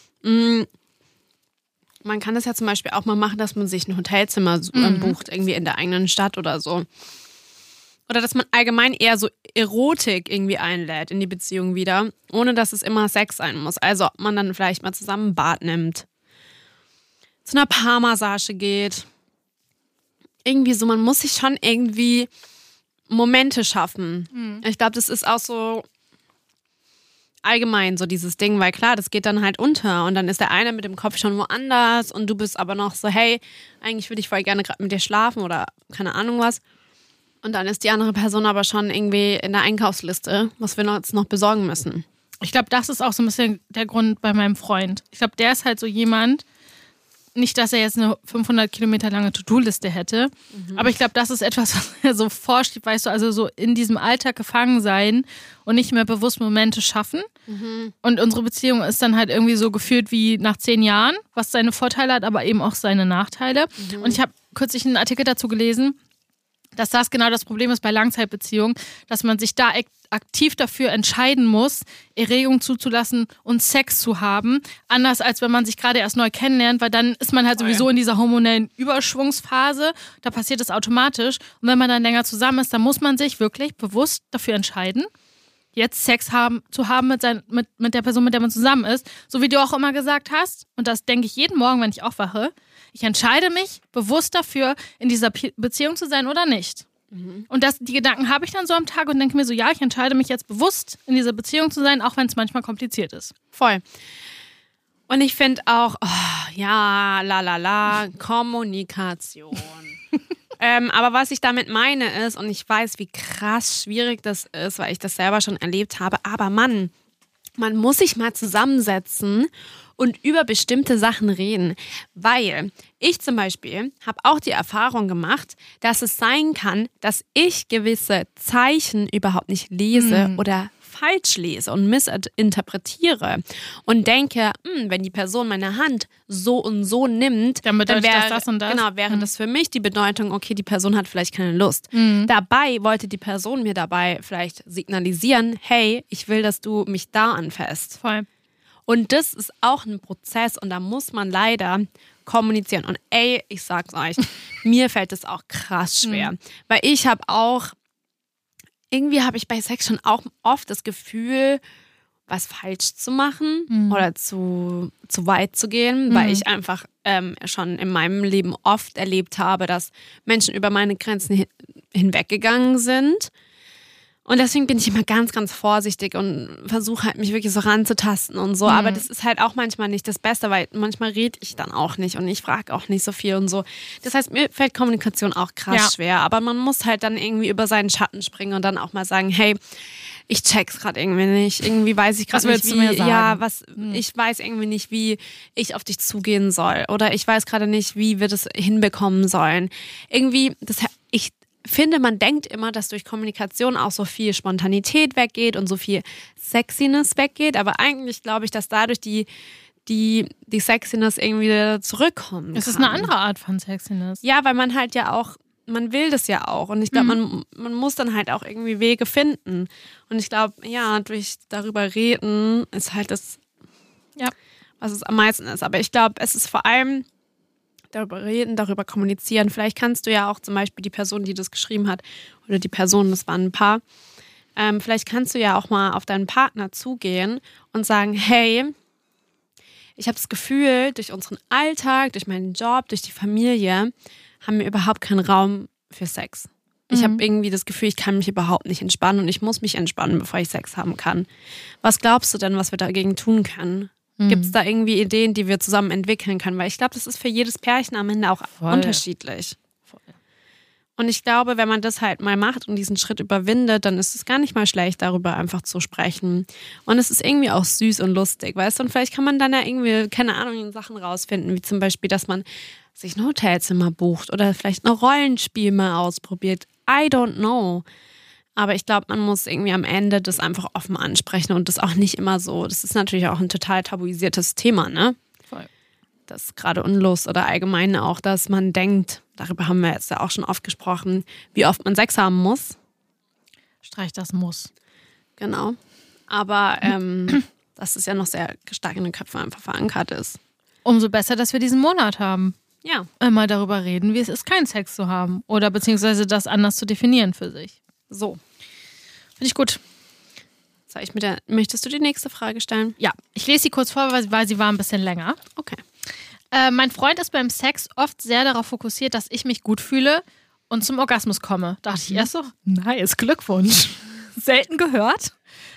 Man kann das ja zum Beispiel auch mal machen, dass man sich ein Hotelzimmer bucht, irgendwie in der eigenen Stadt oder so. Oder dass man allgemein eher so Erotik irgendwie einlädt in die Beziehung wieder, ohne dass es immer Sex sein muss. Also ob man dann vielleicht mal zusammen ein Bad nimmt, zu einer Paarmassage geht. Irgendwie so, man muss sich schon irgendwie Momente schaffen. Ich glaube, das ist auch so allgemein so dieses Ding, weil klar, das geht dann halt unter und dann ist der eine mit dem Kopf schon woanders und du bist aber noch so, hey, eigentlich würde ich voll gerne gerade mit dir schlafen oder keine Ahnung was. Und dann ist die andere Person aber schon irgendwie in der Einkaufsliste, was wir jetzt noch besorgen müssen. Ich glaube, das ist auch so ein bisschen der Grund bei meinem Freund. Ich glaube, der ist halt so jemand, nicht, dass er jetzt eine 500 Kilometer lange To-Do-Liste hätte, aber ich glaube, das ist etwas, was er so vorschiebt, weißt du, also so in diesem Alltag gefangen sein und nicht mehr bewusst Momente schaffen. Und unsere Beziehung ist dann halt irgendwie so gefühlt wie nach 10 Jahren, was seine Vorteile hat, aber eben auch seine Nachteile. Und ich habe kürzlich einen Artikel dazu gelesen, dass das genau das Problem ist bei Langzeitbeziehungen, dass man sich da aktiv dafür entscheiden muss, Erregung zuzulassen und Sex zu haben. Anders als wenn man sich gerade erst neu kennenlernt, weil dann ist man halt sowieso in dieser hormonellen Überschwungsphase. Da passiert es automatisch. Und wenn man dann länger zusammen ist, dann muss man sich wirklich bewusst dafür entscheiden, jetzt Sex zu haben mit der Person, mit der man zusammen ist. So wie du auch immer gesagt hast. Und das denke ich jeden Morgen, wenn ich aufwache. Ich entscheide mich bewusst dafür, in dieser Beziehung zu sein oder nicht. Und die Gedanken habe ich dann so am Tag und denke mir so, ja, ich entscheide mich jetzt bewusst, in dieser Beziehung zu sein, auch wenn es manchmal kompliziert ist. Voll. Und ich finde auch, Kommunikation. Aber was ich damit meine ist, und ich weiß, wie krass schwierig das ist, weil ich das selber schon erlebt habe, aber man muss sich mal zusammensetzen und über bestimmte Sachen reden. Weil ich zum Beispiel habe auch die Erfahrung gemacht, dass es sein kann, dass ich gewisse Zeichen überhaupt nicht lese oder falsch lese und missinterpretiere und denke, wenn die Person meine Hand so und so nimmt, dann bedeutet das und das. Genau, wäre das für mich die Bedeutung, okay, die Person hat vielleicht keine Lust. Dabei wollte die Person mir dabei vielleicht signalisieren, hey, ich will, dass du mich da anfasst. Voll. Und das ist auch ein Prozess und da muss man leider kommunizieren. Und ich sag's euch, mir fällt das auch krass schwer. Weil ich habe bei Sex schon auch oft das Gefühl, was falsch zu machen oder zu weit zu gehen, weil ich einfach schon in meinem Leben oft erlebt habe, dass Menschen über meine Grenzen hinweggegangen sind. Und deswegen bin ich immer ganz, ganz vorsichtig und versuche halt, mich wirklich so ranzutasten und so. Aber das ist halt auch manchmal nicht das Beste, weil manchmal rede ich dann auch nicht und ich frage auch nicht so viel und so. Das heißt, mir fällt Kommunikation auch krass schwer. Aber man muss halt dann irgendwie über seinen Schatten springen und dann auch mal sagen, hey, ich check's gerade irgendwie nicht. Irgendwie weiß ich gerade nicht, ich weiß irgendwie nicht, wie ich auf dich zugehen soll. Oder ich weiß gerade nicht, wie wir das hinbekommen sollen. Irgendwie, ich finde, man denkt immer, dass durch Kommunikation auch so viel Spontanität weggeht und so viel Sexiness weggeht, aber eigentlich glaube ich, dass dadurch die Sexiness irgendwie wieder zurückkommen kann. Es ist eine andere Art von Sexiness. Ja, weil man halt ja auch, man will das ja auch und ich glaube, man muss dann halt auch irgendwie Wege finden und ich glaube, ja, durch darüber reden ist halt das, was es am meisten ist, aber ich glaube, es ist vor allem darüber reden, darüber kommunizieren. Vielleicht kannst du ja auch zum Beispiel die Person, die das geschrieben hat, oder die Person, das waren ein Paar, vielleicht kannst du ja auch mal auf deinen Partner zugehen und sagen, hey, ich habe das Gefühl, durch unseren Alltag, durch meinen Job, durch die Familie, haben wir überhaupt keinen Raum für Sex. Ich habe irgendwie das Gefühl, ich kann mich überhaupt nicht entspannen und ich muss mich entspannen, bevor ich Sex haben kann. Was glaubst du denn, was wir dagegen tun können? Gibt es da irgendwie Ideen, die wir zusammen entwickeln können? Weil ich glaube, das ist für jedes Pärchen am Ende auch unterschiedlich. Voll. Und ich glaube, wenn man das halt mal macht und diesen Schritt überwindet, dann ist es gar nicht mal schlecht, darüber einfach zu sprechen. Und es ist irgendwie auch süß und lustig, weißt du? Und vielleicht kann man dann ja irgendwie, keine Ahnung, Sachen rausfinden, wie zum Beispiel, dass man sich ein Hotelzimmer bucht oder vielleicht ein Rollenspiel mal ausprobiert. I don't know. Aber ich glaube, man muss irgendwie am Ende das einfach offen ansprechen und das auch nicht immer so. Das ist natürlich auch ein total tabuisiertes Thema, ne? Voll. Das gerade Unlust oder allgemein auch, dass man denkt, darüber haben wir jetzt ja auch schon oft gesprochen, wie oft man Sex haben muss. Streich das Muss. Genau. Aber dass es ja noch sehr stark in den Köpfen einfach verankert ist. Umso besser, dass wir diesen Monat haben. Ja. Mal darüber reden, wie es ist, keinen Sex zu haben. Oder beziehungsweise das anders zu definieren für sich. So. Finde ich gut. Möchtest du die nächste Frage stellen? Ja, ich lese sie kurz vor, weil sie war ein bisschen länger. Okay. Mein Freund ist beim Sex oft sehr darauf fokussiert, dass ich mich gut fühle und zum Orgasmus komme. Dachte ich erst so, nice, Glückwunsch. Selten gehört.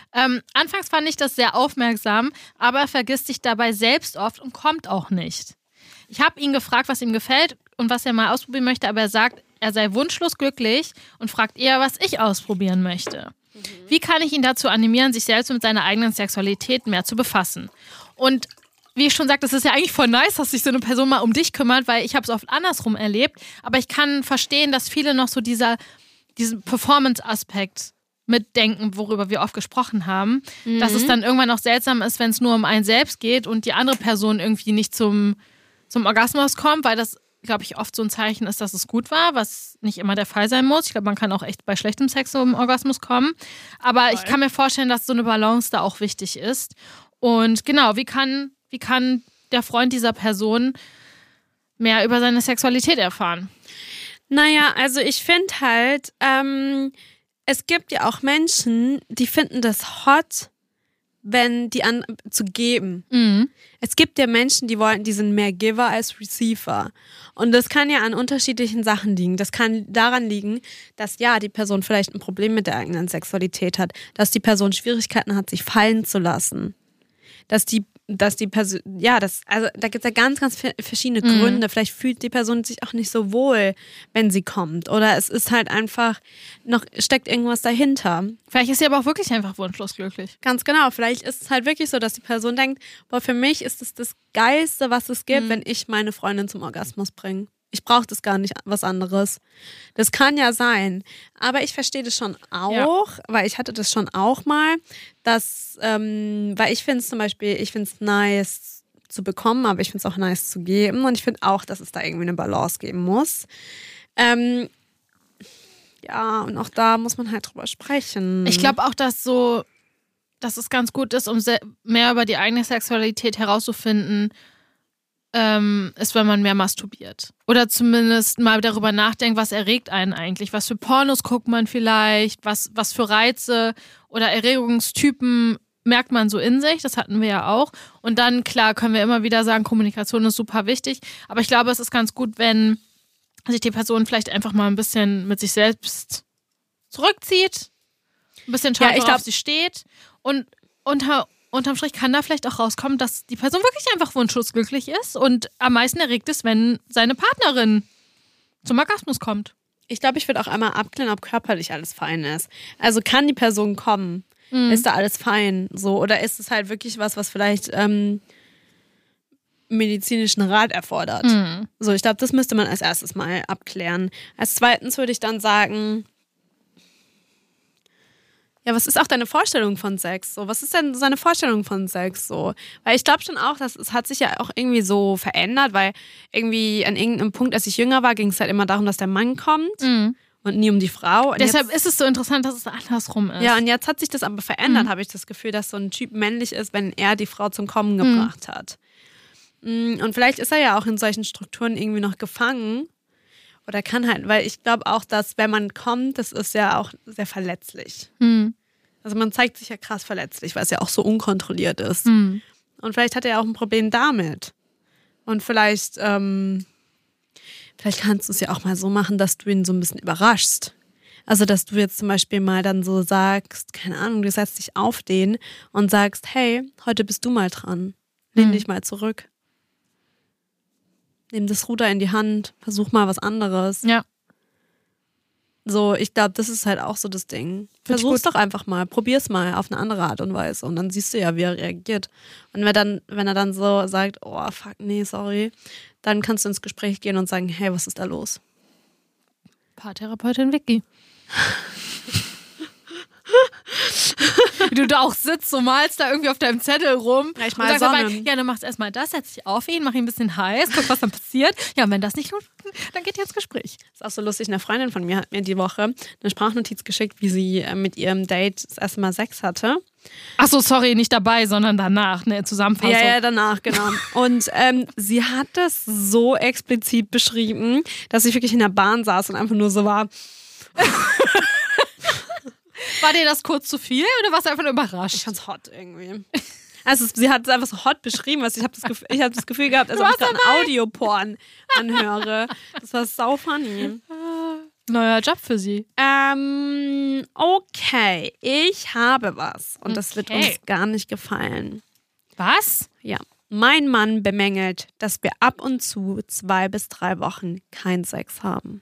Anfangs fand ich das sehr aufmerksam, aber er vergisst sich dabei selbst oft und kommt auch nicht. Ich habe ihn gefragt, was ihm gefällt und was er mal ausprobieren möchte, aber er sagt, er sei wunschlos glücklich und fragt eher, was ich ausprobieren möchte. Wie kann ich ihn dazu animieren, sich selbst mit seiner eigenen Sexualität mehr zu befassen? Und wie ich schon sagte, es ist ja eigentlich voll nice, dass sich so eine Person mal um dich kümmert, weil ich habe es oft andersrum erlebt. Aber ich kann verstehen, dass viele noch so diesen Performance-Aspekt mitdenken, worüber wir oft gesprochen haben. Dass es dann irgendwann auch seltsam ist, wenn es nur um einen selbst geht und die andere Person irgendwie nicht zum Orgasmus kommt, weil das, glaube ich, oft so ein Zeichen ist, dass es gut war, was nicht immer der Fall sein muss. Ich glaube, man kann auch echt bei schlechtem Sex zum Orgasmus kommen. Aber ich kann mir vorstellen, dass so eine Balance da auch wichtig ist. Und genau, wie kann der Freund dieser Person mehr über seine Sexualität erfahren? Naja, also ich finde halt, es gibt ja auch Menschen, die finden das hot, wenn die zu geben. Es gibt ja Menschen, die sind mehr Giver als Receiver. Und das kann ja an unterschiedlichen Sachen liegen. Das kann daran liegen, dass ja, die Person vielleicht ein Problem mit der eigenen Sexualität hat, dass die Person Schwierigkeiten hat, sich fallen zu lassen. Dass die Person, also da gibt es ja ganz, ganz verschiedene Gründe. Vielleicht fühlt die Person sich auch nicht so wohl, wenn sie kommt. Oder es ist halt einfach, steckt irgendwas dahinter. Vielleicht ist sie aber auch wirklich einfach wunschlos glücklich. Ganz genau. Vielleicht ist es halt wirklich so, dass die Person denkt, boah, für mich ist es das Geilste, was es gibt, wenn ich meine Freundin zum Orgasmus bringe. Ich brauche das gar nicht, was anderes. Das kann ja sein. Aber ich verstehe das schon auch, weil ich hatte das schon auch mal, dass, weil ich finde es zum Beispiel, nice zu bekommen, aber ich finde es auch nice zu geben. Und ich finde auch, dass es da irgendwie eine Balance geben muss. Ja, und auch da muss man halt drüber sprechen. Ich glaube auch, dass es ganz gut ist, um mehr über die eigene Sexualität herauszufinden, ist, wenn man mehr masturbiert. Oder zumindest mal darüber nachdenkt, was erregt einen eigentlich. Was für Pornos guckt man vielleicht, was für Reize oder Erregungstypen merkt man so in sich. Das hatten wir ja auch. Und dann, klar, können wir immer wieder sagen, Kommunikation ist super wichtig. Aber ich glaube, es ist ganz gut, wenn sich die Person vielleicht einfach mal ein bisschen mit sich selbst zurückzieht, ein bisschen schaut, worauf sie steht und unterm Strich kann da vielleicht auch rauskommen, dass die Person wirklich einfach wunschlos glücklich ist und am meisten erregt ist, wenn seine Partnerin zum Orgasmus kommt. Ich glaube, ich würde auch einmal abklären, ob körperlich alles fein ist. Also kann die Person kommen? Ist da alles fein? So, oder ist es halt wirklich was vielleicht medizinischen Rat erfordert? So, ich glaube, das müsste man als erstes mal abklären. Als zweitens würde ich dann sagen, ja, was ist auch deine Vorstellung von Sex? So, was ist denn seine Vorstellung von Sex? So, weil ich glaube schon auch, dass es hat sich ja auch irgendwie so verändert, weil irgendwie an irgendeinem Punkt, als ich jünger war, ging es halt immer darum, dass der Mann kommt und nie um die Frau. Und deshalb ist es so interessant, dass es andersrum ist. Ja, und jetzt hat sich das aber verändert, habe ich das Gefühl, dass so ein Typ männlich ist, wenn er die Frau zum Kommen gebracht hat. Und vielleicht ist er ja auch in solchen Strukturen irgendwie noch gefangen. Oder kann halt, weil ich glaube auch, dass wenn man kommt, das ist ja auch sehr verletzlich. Also man zeigt sich ja krass verletzlich, weil es ja auch so unkontrolliert ist. Und vielleicht hat er ja auch ein Problem damit. Und vielleicht kannst du es ja auch mal so machen, dass du ihn so ein bisschen überraschst. Also dass du jetzt zum Beispiel mal dann so sagst, keine Ahnung, du setzt dich auf den und sagst, hey, heute bist du mal dran. Lehn dich mal zurück. Nimm das Ruder in die Hand. Versuch mal was anderes. Ja. So, ich glaube, das ist halt auch so das Ding. Versuch's doch einfach mal. Probier's mal auf eine andere Art und Weise. Und dann siehst du ja, wie er reagiert. Und wenn er dann so sagt, oh, fuck, nee, sorry, dann kannst du ins Gespräch gehen und sagen, hey, was ist da los? Paartherapeutin Vicky. Wie du da auch sitzt, so malst da irgendwie auf deinem Zettel rum. Ja, ich und mal sagst Sonne. dabei, ja, dann machst du erstmal das, setz dich auf ihn, mach ihn ein bisschen heiß, guck, was dann passiert. Ja, und wenn das nicht tut, dann geht ihr ins Gespräch. Das ist auch so lustig. Eine Freundin von mir hat mir die Woche eine Sprachnotiz geschickt, wie sie mit ihrem Date das erste Mal Sex hatte. Ach so, sorry, nicht dabei, sondern danach, ne, Zusammenfassung. Ja, danach, genau. Und sie hat das so explizit beschrieben, dass sie wirklich in der Bahn saß und einfach nur so war. War dir das kurz zu viel oder warst du einfach nur überrascht? Ich fand's hot irgendwie. Also sie hat es einfach so hot beschrieben, was ich habe das Gefühl gehabt, als ob ich gerade einen Audioporn anhöre. Das war sau funny. Neuer Job für sie. Okay, ich habe was und das wird uns gar nicht gefallen. Was? Ja, mein Mann bemängelt, dass wir ab und zu 2 bis 3 Wochen keinen Sex haben.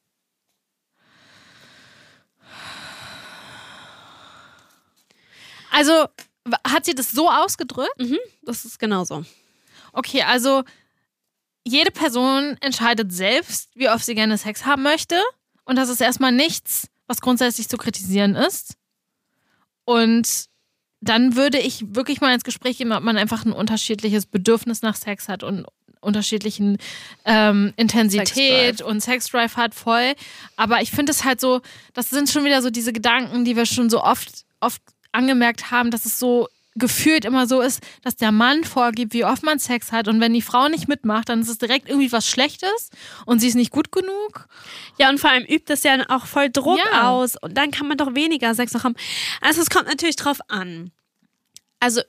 Also, hat sie das so ausgedrückt? Mhm, das ist genauso. Okay, also jede Person entscheidet selbst, wie oft sie gerne Sex haben möchte. Und das ist erstmal nichts, was grundsätzlich zu kritisieren ist. Und dann würde ich wirklich mal ins Gespräch gehen, ob man einfach ein unterschiedliches Bedürfnis nach Sex hat und unterschiedlichen Intensität Sexdrive. und Sexdrive hat, voll. Aber ich finde es halt so, das sind schon wieder so diese Gedanken, die wir schon so oft angemerkt haben, dass es so gefühlt immer so ist, dass der Mann vorgibt, wie oft man Sex hat und wenn die Frau nicht mitmacht, dann ist es direkt irgendwie was Schlechtes und sie ist nicht gut genug. Ja, und vor allem übt das ja auch voll Druck aus und dann kann man doch weniger Sex noch haben. Also es kommt natürlich drauf an. Also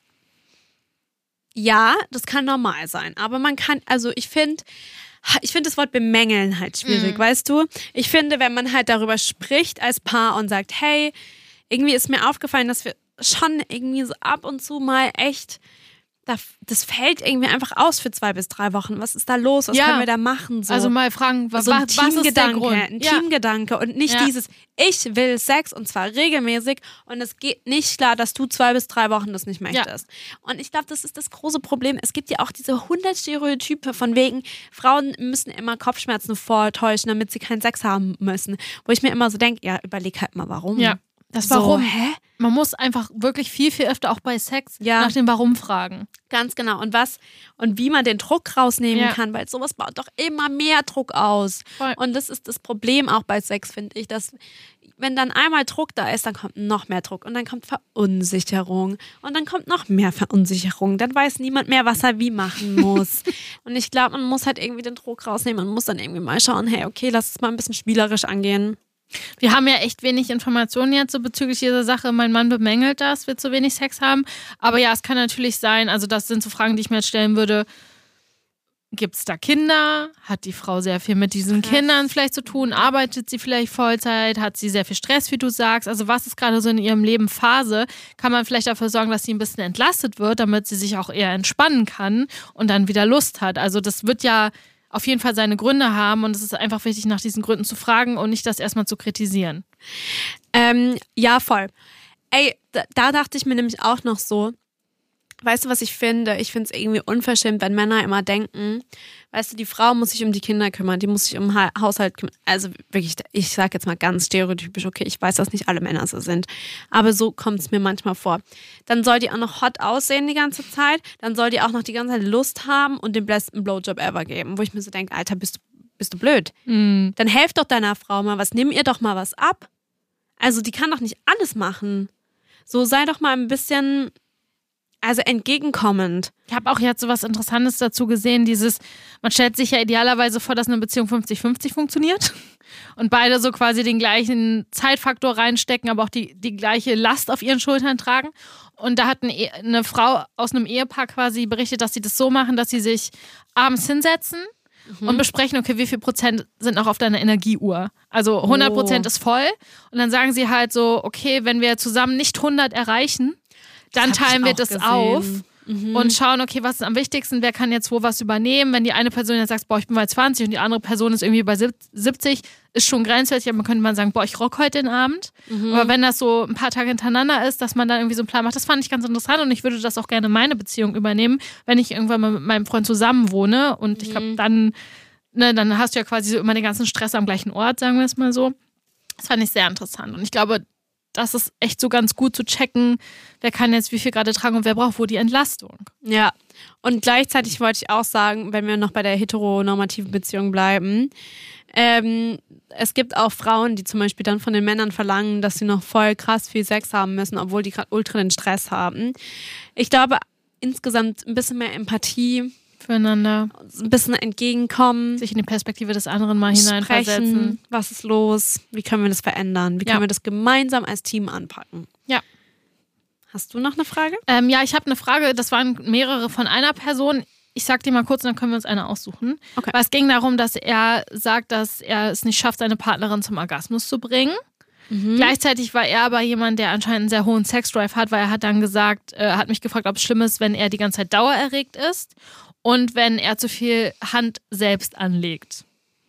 ja, das kann normal sein, aber man kann, also ich finde das Wort bemängeln halt schwierig, weißt du? Ich finde, wenn man halt darüber spricht als Paar und sagt, hey, irgendwie ist mir aufgefallen, dass wir schon irgendwie so ab und zu mal echt, das fällt irgendwie einfach aus für 2 bis 3 Wochen. Was ist da los? Was können wir da machen? So. Also mal fragen, was so ein ist der Teamgedanke, Grund? ein Teamgedanke und nicht dieses, ich will Sex und zwar regelmäßig und es geht nicht klar, dass du 2 bis 3 Wochen das nicht möchtest. Und ich glaube, das ist das große Problem. Es gibt ja auch diese 100 Stereotype von wegen, Frauen müssen immer Kopfschmerzen vortäuschen, damit sie keinen Sex haben müssen. Wo ich mir immer so denke, ja, überleg halt mal, warum. Ja. Das Warum? Man muss einfach wirklich viel, viel öfter auch bei Sex nach dem Warum fragen. Ganz genau. Und wie man den Druck rausnehmen kann, weil sowas baut doch immer mehr Druck aus. Voll. Und das ist das Problem auch bei Sex, finde ich, dass wenn dann einmal Druck da ist, dann kommt noch mehr Druck und dann kommt Verunsicherung und dann kommt noch mehr Verunsicherung. Dann weiß niemand mehr, was er wie machen muss. Und ich glaube, man muss halt irgendwie den Druck rausnehmen und muss dann irgendwie mal schauen, hey, okay, lass es mal ein bisschen spielerisch angehen. Wir haben ja echt wenig Informationen jetzt so bezüglich dieser Sache. Mein Mann bemängelt das, wir zu wenig Sex haben. Aber ja, es kann natürlich sein, also das sind so Fragen, die ich mir jetzt stellen würde. Gibt es da Kinder? Hat die Frau sehr viel mit diesen Kindern vielleicht zu tun? Arbeitet sie vielleicht Vollzeit? Hat sie sehr viel Stress, wie du sagst? Also was ist gerade so in ihrem Leben Phase? Kann man vielleicht dafür sorgen, dass sie ein bisschen entlastet wird, damit sie sich auch eher entspannen kann und dann wieder Lust hat? Also das wird ja auf jeden Fall seine Gründe haben und es ist einfach wichtig, nach diesen Gründen zu fragen und nicht das erstmal zu kritisieren. Ja, voll. Ey, da dachte ich mir nämlich auch noch so, weißt du, was ich finde? Ich finde es irgendwie unverschämt, wenn Männer immer denken, weißt du, die Frau muss sich um die Kinder kümmern, die muss sich um Haushalt kümmern. Also wirklich, ich sage jetzt mal ganz stereotypisch, okay, ich weiß, dass nicht alle Männer so sind, aber so kommt es mir manchmal vor. Dann soll die auch noch hot aussehen die ganze Zeit, dann soll die auch noch die ganze Zeit Lust haben und den besten Blowjob ever geben, wo ich mir so denke, Alter, bist du blöd? Dann helft doch deiner Frau mal was, nimm ihr doch mal was ab. Also die kann doch nicht alles machen. So, sei doch mal ein bisschen... Also entgegenkommend. Ich habe auch jetzt so was Interessantes dazu gesehen, man stellt sich ja idealerweise vor, dass eine Beziehung 50-50 funktioniert und beide so quasi den gleichen Zeitfaktor reinstecken, aber auch die gleiche Last auf ihren Schultern tragen. Und da hat eine Frau aus einem Ehepaar quasi berichtet, dass sie das so machen, dass sie sich abends hinsetzen und besprechen, okay, wie viel Prozent sind noch auf deiner Energieuhr? Also 100% ist voll. Und dann sagen sie halt so, okay, wenn wir zusammen nicht 100 erreichen, dann teilen wir das auf und schauen, okay, was ist am wichtigsten, wer kann jetzt wo was übernehmen. Wenn die eine Person jetzt sagt, boah, ich bin bei 20 und die andere Person ist irgendwie bei 70, ist schon grenzwertig, aber könnte man sagen, boah, ich rock heute den Abend. Aber wenn das so ein paar Tage hintereinander ist, dass man dann irgendwie so einen Plan macht, das fand ich ganz interessant und ich würde das auch gerne in meine Beziehung übernehmen, wenn ich irgendwann mal mit meinem Freund zusammen wohne und ich glaube, dann hast du ja quasi so immer den ganzen Stress am gleichen Ort, sagen wir es mal so. Das fand ich sehr interessant und ich glaube, das ist echt so ganz gut zu checken, wer kann jetzt wie viel gerade tragen und wer braucht wo die Entlastung. Ja, und gleichzeitig wollte ich auch sagen, wenn wir noch bei der heteronormativen Beziehung bleiben, es gibt auch Frauen, die zum Beispiel dann von den Männern verlangen, dass sie noch voll krass viel Sex haben müssen, obwohl die gerade ultra den Stress haben. Ich glaube, insgesamt ein bisschen mehr Empathie Füreinander. Ein bisschen entgegenkommen. Sich in die Perspektive des anderen mal hineinversetzen. Was ist los? Wie können wir das verändern? Wie können wir das gemeinsam als Team anpacken? Ja. Hast du noch eine Frage? Ja, ich habe eine Frage. Das waren mehrere von einer Person. Ich sag dir mal kurz, dann können wir uns eine aussuchen. Okay. Aber es ging darum, dass er sagt, dass er es nicht schafft, seine Partnerin zum Orgasmus zu bringen. Gleichzeitig war er aber jemand, der anscheinend einen sehr hohen Sexdrive hat, weil er hat dann gesagt, hat mich gefragt, ob es schlimm ist, wenn er die ganze Zeit dauererregt ist und wenn er zu viel Hand selbst anlegt.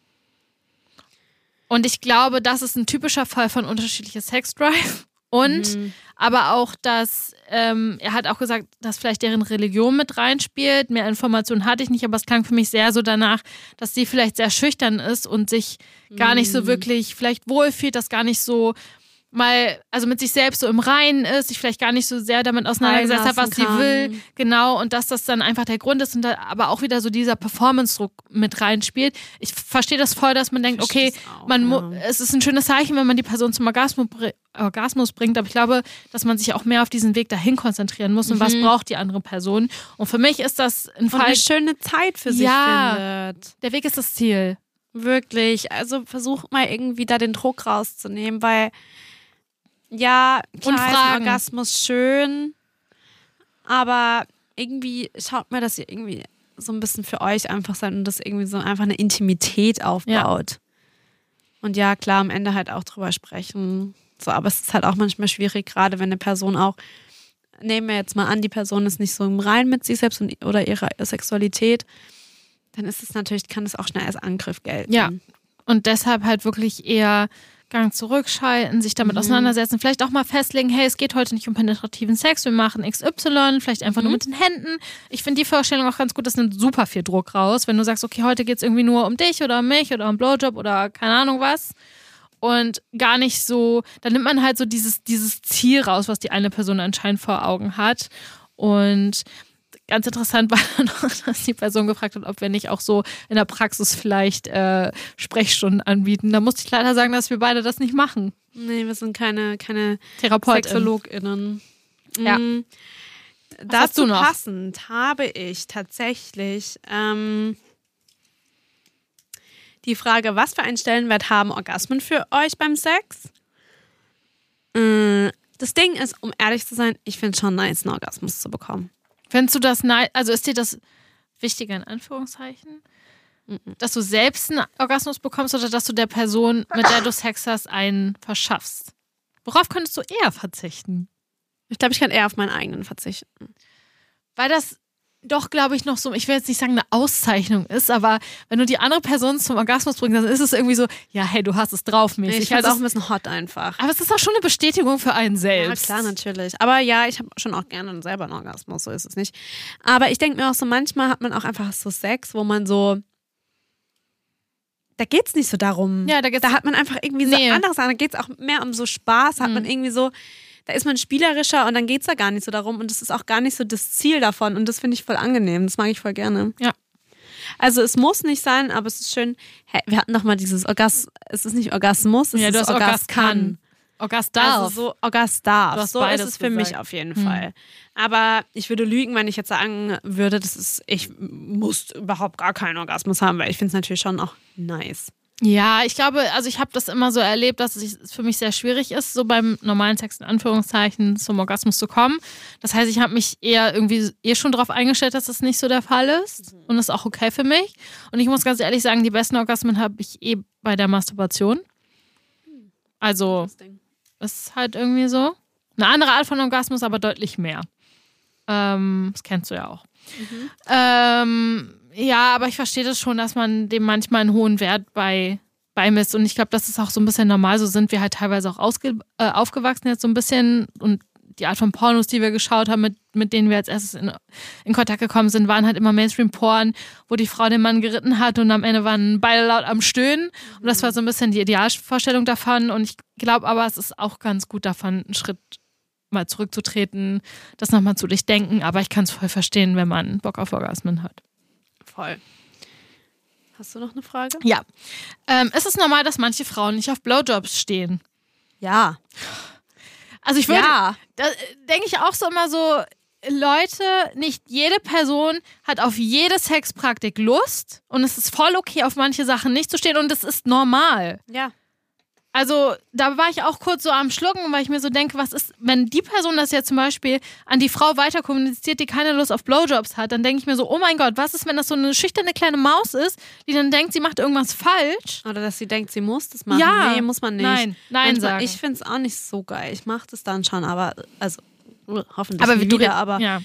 Und ich glaube, das ist ein typischer Fall von unterschiedlicher Sexdrive. Und aber auch, dass er hat auch gesagt, dass vielleicht deren Religion mit reinspielt. Mehr Informationen hatte ich nicht, aber es klang für mich sehr so danach, dass sie vielleicht sehr schüchtern ist und sich gar nicht so wirklich vielleicht wohlfühlt, dass gar nicht so mal, also mit sich selbst so im Reinen ist, sich vielleicht gar nicht so sehr damit auseinandergesetzt hat, was sie will. Genau, und dass das dann einfach der Grund ist und da aber auch wieder so dieser Performance-Druck mit reinspielt. Ich verstehe das voll, dass man denkt, okay, es ist ein schönes Zeichen, wenn man die Person zum Orgasmus bringt, aber ich glaube, dass man sich auch mehr auf diesen Weg dahin konzentrieren muss und was braucht die andere Person. Und für mich ist das ein Fall, eine schöne Zeit für sich findet. Der Weg ist das Ziel. Wirklich, also versuch mal irgendwie da den Druck rauszunehmen, weil ja, klar, ist ein Orgasmus schön, aber irgendwie schaut mal, dass ihr irgendwie so ein bisschen für euch einfach seid und das irgendwie so einfach eine Intimität aufbaut. Ja. Und ja, klar, am Ende halt auch drüber sprechen. So, aber es ist halt auch manchmal schwierig, gerade wenn eine Person auch, nehmen wir jetzt mal an, die Person ist nicht so im Reinen mit sich selbst oder ihrer Sexualität, dann ist es natürlich, kann es auch schnell als Angriff gelten. Ja, und deshalb halt wirklich eher Gang zurückschalten, sich damit auseinandersetzen, vielleicht auch mal festlegen, hey, es geht heute nicht um penetrativen Sex, wir machen XY, vielleicht einfach nur mit den Händen. Ich finde die Vorstellung auch ganz gut, das nimmt super viel Druck raus, wenn du sagst, okay, heute geht es irgendwie nur um dich oder um mich oder um Blowjob oder keine Ahnung was und gar nicht so, dann nimmt man halt so dieses Ziel raus, was die eine Person anscheinend vor Augen hat und ganz interessant war noch, dass die Person gefragt hat, ob wir nicht auch so in der Praxis vielleicht Sprechstunden anbieten. Da musste ich leider sagen, dass wir beide das nicht machen. Nee, wir sind keine TherapeutInnen. SexologInnen. Ja. Dazu passend habe ich tatsächlich die Frage, was für einen Stellenwert haben Orgasmen für euch beim Sex? Das Ding ist, um ehrlich zu sein, ich finde es schon nice, einen Orgasmus zu bekommen. Findest du das also ist dir das wichtiger in Anführungszeichen? Dass du selbst einen Orgasmus bekommst oder dass du der Person, mit der du Sex hast, einen verschaffst? Worauf könntest du eher verzichten? Ich glaube, ich kann eher auf meinen eigenen verzichten. Weil das doch, glaube ich, noch so, ich will jetzt nicht sagen, eine Auszeichnung ist, aber wenn du die andere Person zum Orgasmus bringst, dann ist es irgendwie so, ja, hey, du hast es drauf mäßig. Ich finde es auch ein bisschen hot einfach. Aber es ist auch schon eine Bestätigung für einen selbst. Ja, klar, natürlich. Aber ja, ich habe schon auch gerne selber einen Orgasmus, so ist es nicht. Aber ich denke mir auch so, manchmal hat man auch einfach so Sex, wo man so, da geht's nicht so darum. Ja, da hat man einfach irgendwie so andere Sachen, da geht's auch mehr um so Spaß, hat man irgendwie so, da ist man spielerischer und dann geht es da gar nicht so darum und das ist auch gar nicht so das Ziel davon und das finde ich voll angenehm, das mag ich voll gerne. Ja. Also es muss nicht sein, aber es ist schön, wir hatten doch mal dieses es ist nicht Orgasmus, es ist Orgaskan. Orgasdarf. Also so Orgasdarf. So ist es für mich auf jeden Fall. Aber ich würde lügen, wenn ich jetzt sagen würde, ich muss überhaupt gar keinen Orgasmus haben, weil ich finde es natürlich schon auch nice. Ja, ich glaube, also ich habe das immer so erlebt, dass es für mich sehr schwierig ist, so beim normalen Sex in Anführungszeichen zum Orgasmus zu kommen. Das heißt, ich habe mich eher irgendwie schon darauf eingestellt, dass das nicht so der Fall ist und das ist auch okay für mich. Und ich muss ganz ehrlich sagen, die besten Orgasmen habe ich bei der Masturbation. Also ist halt irgendwie so. Eine andere Art von Orgasmus, aber deutlich mehr. Das kennst du ja auch. Ja, aber ich verstehe das schon, dass man dem manchmal einen hohen Wert beimisst. Und ich glaube, das ist auch so ein bisschen normal. So sind wir halt teilweise auch aufgewachsen jetzt so ein bisschen. Und die Art von Pornos, die wir geschaut haben, mit denen wir als erstes in Kontakt gekommen sind, waren halt immer Mainstream-Porn, wo die Frau den Mann geritten hat und am Ende waren beide laut am Stöhnen. Und das war so ein bisschen die Idealvorstellung davon. Und ich glaube aber, es ist auch ganz gut davon, einen Schritt mal zurückzutreten, das nochmal zu durchdenken. Aber ich kann es voll verstehen, wenn man Bock auf Orgasmen hat. Voll. Hast du noch eine Frage? Ja. Ist es normal, dass manche Frauen nicht auf Blowjobs stehen? Ja. Also ich würde, Ja. da denke ich auch so immer so, Leute, nicht jede Person hat auf jede Sexpraktik Lust und es ist voll okay, auf manche Sachen nicht zu stehen und es ist normal. Ja. Also da war ich auch kurz so am Schlucken, weil ich mir so denke, was ist, wenn die Person das jetzt zum Beispiel an die Frau weiter kommuniziert, die keine Lust auf Blowjobs hat, dann denke ich mir so, oh mein Gott, was ist, wenn das so eine schüchterne kleine Maus ist, die dann denkt, sie macht irgendwas falsch? Oder dass sie denkt, sie muss das machen. Ja. Nee, muss man nicht. Nein Manchmal, sagen. ich finde es auch nicht so geil. Ich mache das dann schon, aber, also, hoffentlich Aber nie wie du wieder, aber ja.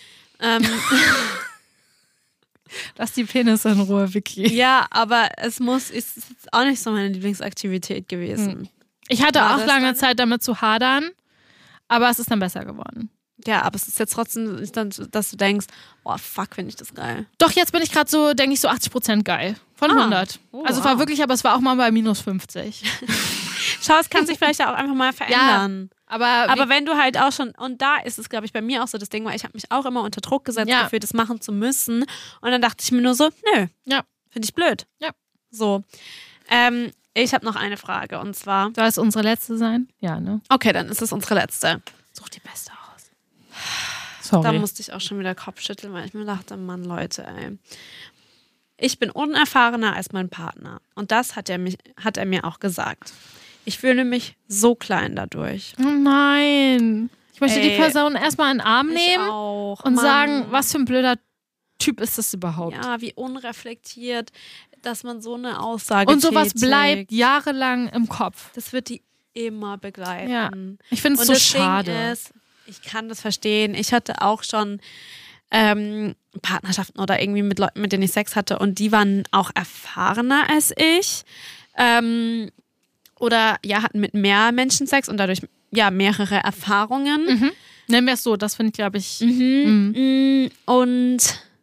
Lass die Penisse in Ruhe, Vicky. ja, aber es ist jetzt auch nicht so meine Lieblingsaktivität gewesen. Ich hatte War auch das lange dann? Zeit damit zu hadern, aber es ist dann besser geworden. Ja, aber es ist jetzt trotzdem, dass du denkst, oh fuck, finde ich das geil. Doch, jetzt bin ich gerade so, denke ich, so 80% geil. Von 100. Oh, Also es war wow. wirklich, aber es war auch mal bei minus 50. Schau, es kann sich vielleicht auch einfach mal verändern. Aber wenn du halt auch schon, und da ist es, glaube ich, bei mir auch so das Ding, weil ich habe mich auch immer unter Druck gesetzt, Ja. dafür das machen zu müssen. Und dann dachte ich mir nur so, nö, Ja. finde ich blöd. Ja. So. Ich habe noch eine Frage und zwar, Soll es unsere letzte sein? Ja, ne? okay, dann ist es unsere letzte. Such die beste aus. Da Sorry. musste ich auch schon wieder Kopf schütteln, weil ich mir dachte, Mann, Leute, ey. Ich bin unerfahrener als mein Partner. Und das hat er mir auch gesagt. Ich fühle mich so klein dadurch. Oh nein. Ich möchte die Ey. Person erstmal in den Arm Ich nehmen auch, und Mann. sagen, was für ein blöder Typ ist das überhaupt? Ja, wie unreflektiert, dass man so eine Aussage Und sowas tätigt. bleibt jahrelang im Kopf. Das wird die immer begleiten. Ja. Ich finde es Und so das schade. Ding ist, ich kann das verstehen. Ich hatte auch schon Partnerschaften oder irgendwie mit Leuten, mit denen ich Sex hatte und die waren auch erfahrener als ich. Oder ja, hatten mit mehr Menschen Sex und dadurch ja mehrere Erfahrungen. Nennen wir es so, das finde ich, glaube ich. Und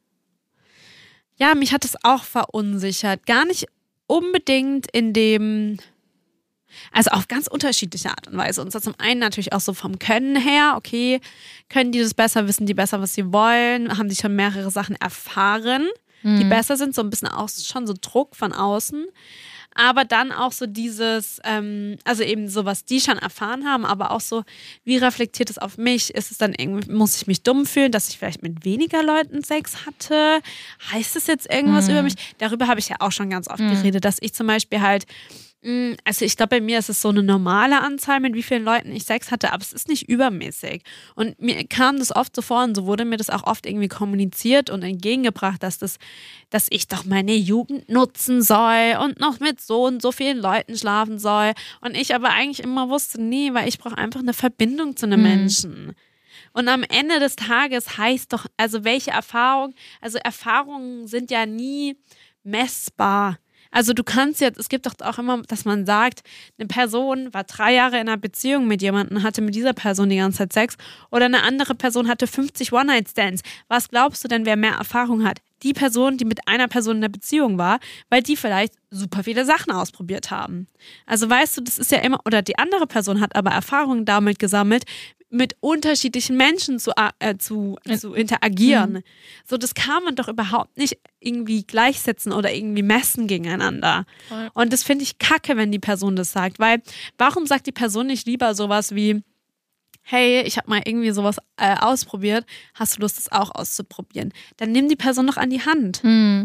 ja, mich hat es auch verunsichert. Gar nicht unbedingt in dem, also auf ganz unterschiedliche Art und Weise. Und zwar zum einen natürlich auch so vom Können her, okay, können die das besser, wissen die besser, was sie wollen, haben die schon mehrere Sachen erfahren, die besser sind, so ein bisschen auch schon so Druck von außen. Aber dann auch so dieses, also eben so, was die schon erfahren haben, aber auch so, wie reflektiert es auf mich? Ist es dann irgendwie, muss ich mich dumm fühlen, dass ich vielleicht mit weniger Leuten Sex hatte? Heißt es jetzt irgendwas über mich? Darüber habe ich ja auch schon ganz oft geredet, dass ich zum Beispiel halt, also ich glaube, bei mir ist es so eine normale Anzahl, mit wie vielen Leuten ich Sex hatte, aber es ist nicht übermäßig. Und mir kam das oft so vor und so wurde mir das auch oft irgendwie kommuniziert und entgegengebracht, dass ich doch meine Jugend nutzen soll und noch mit so und so vielen Leuten schlafen soll. Und ich aber eigentlich immer wusste, nee, weil ich brauche einfach eine Verbindung zu einem Menschen. Und am Ende des Tages heißt doch, also welche Erfahrung, also Erfahrungen sind ja nie messbar. Also du kannst jetzt, es gibt doch auch immer, dass man sagt, eine Person war 3 Jahre in einer Beziehung mit jemandem, hatte mit dieser Person die ganze Zeit Sex oder eine andere Person hatte 50 One-Night-Stands. Was glaubst du denn, wer mehr Erfahrung hat? Die Person, die mit einer Person in der Beziehung war, weil die vielleicht super viele Sachen ausprobiert haben. Also weißt du, das ist ja immer, oder die andere Person hat aber Erfahrung damit gesammelt, mit unterschiedlichen Menschen zu interagieren. So, das kann man doch überhaupt nicht irgendwie gleichsetzen oder irgendwie messen gegeneinander. Voll. Und das finde ich kacke, wenn die Person das sagt, weil warum sagt die Person nicht lieber sowas wie, hey, ich habe mal irgendwie sowas ausprobiert, hast du Lust, das auch auszuprobieren? Dann nimm die Person doch an die Hand.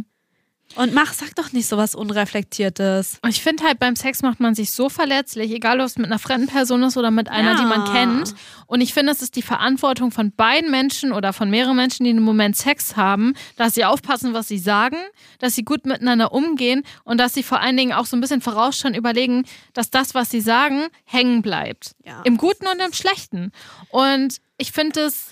Und sag doch nicht sowas Unreflektiertes. Und ich finde halt, beim Sex macht man sich so verletzlich, egal ob es mit einer fremden Person ist oder mit einer, die man kennt. Und ich finde, es ist die Verantwortung von beiden Menschen oder von mehreren Menschen, die im Moment Sex haben, dass sie aufpassen, was sie sagen, dass sie gut miteinander umgehen und dass sie vor allen Dingen auch so ein bisschen vorausschauen überlegen, dass das, was sie sagen, hängen bleibt. Ja. Im Guten und im Schlechten. Und ich finde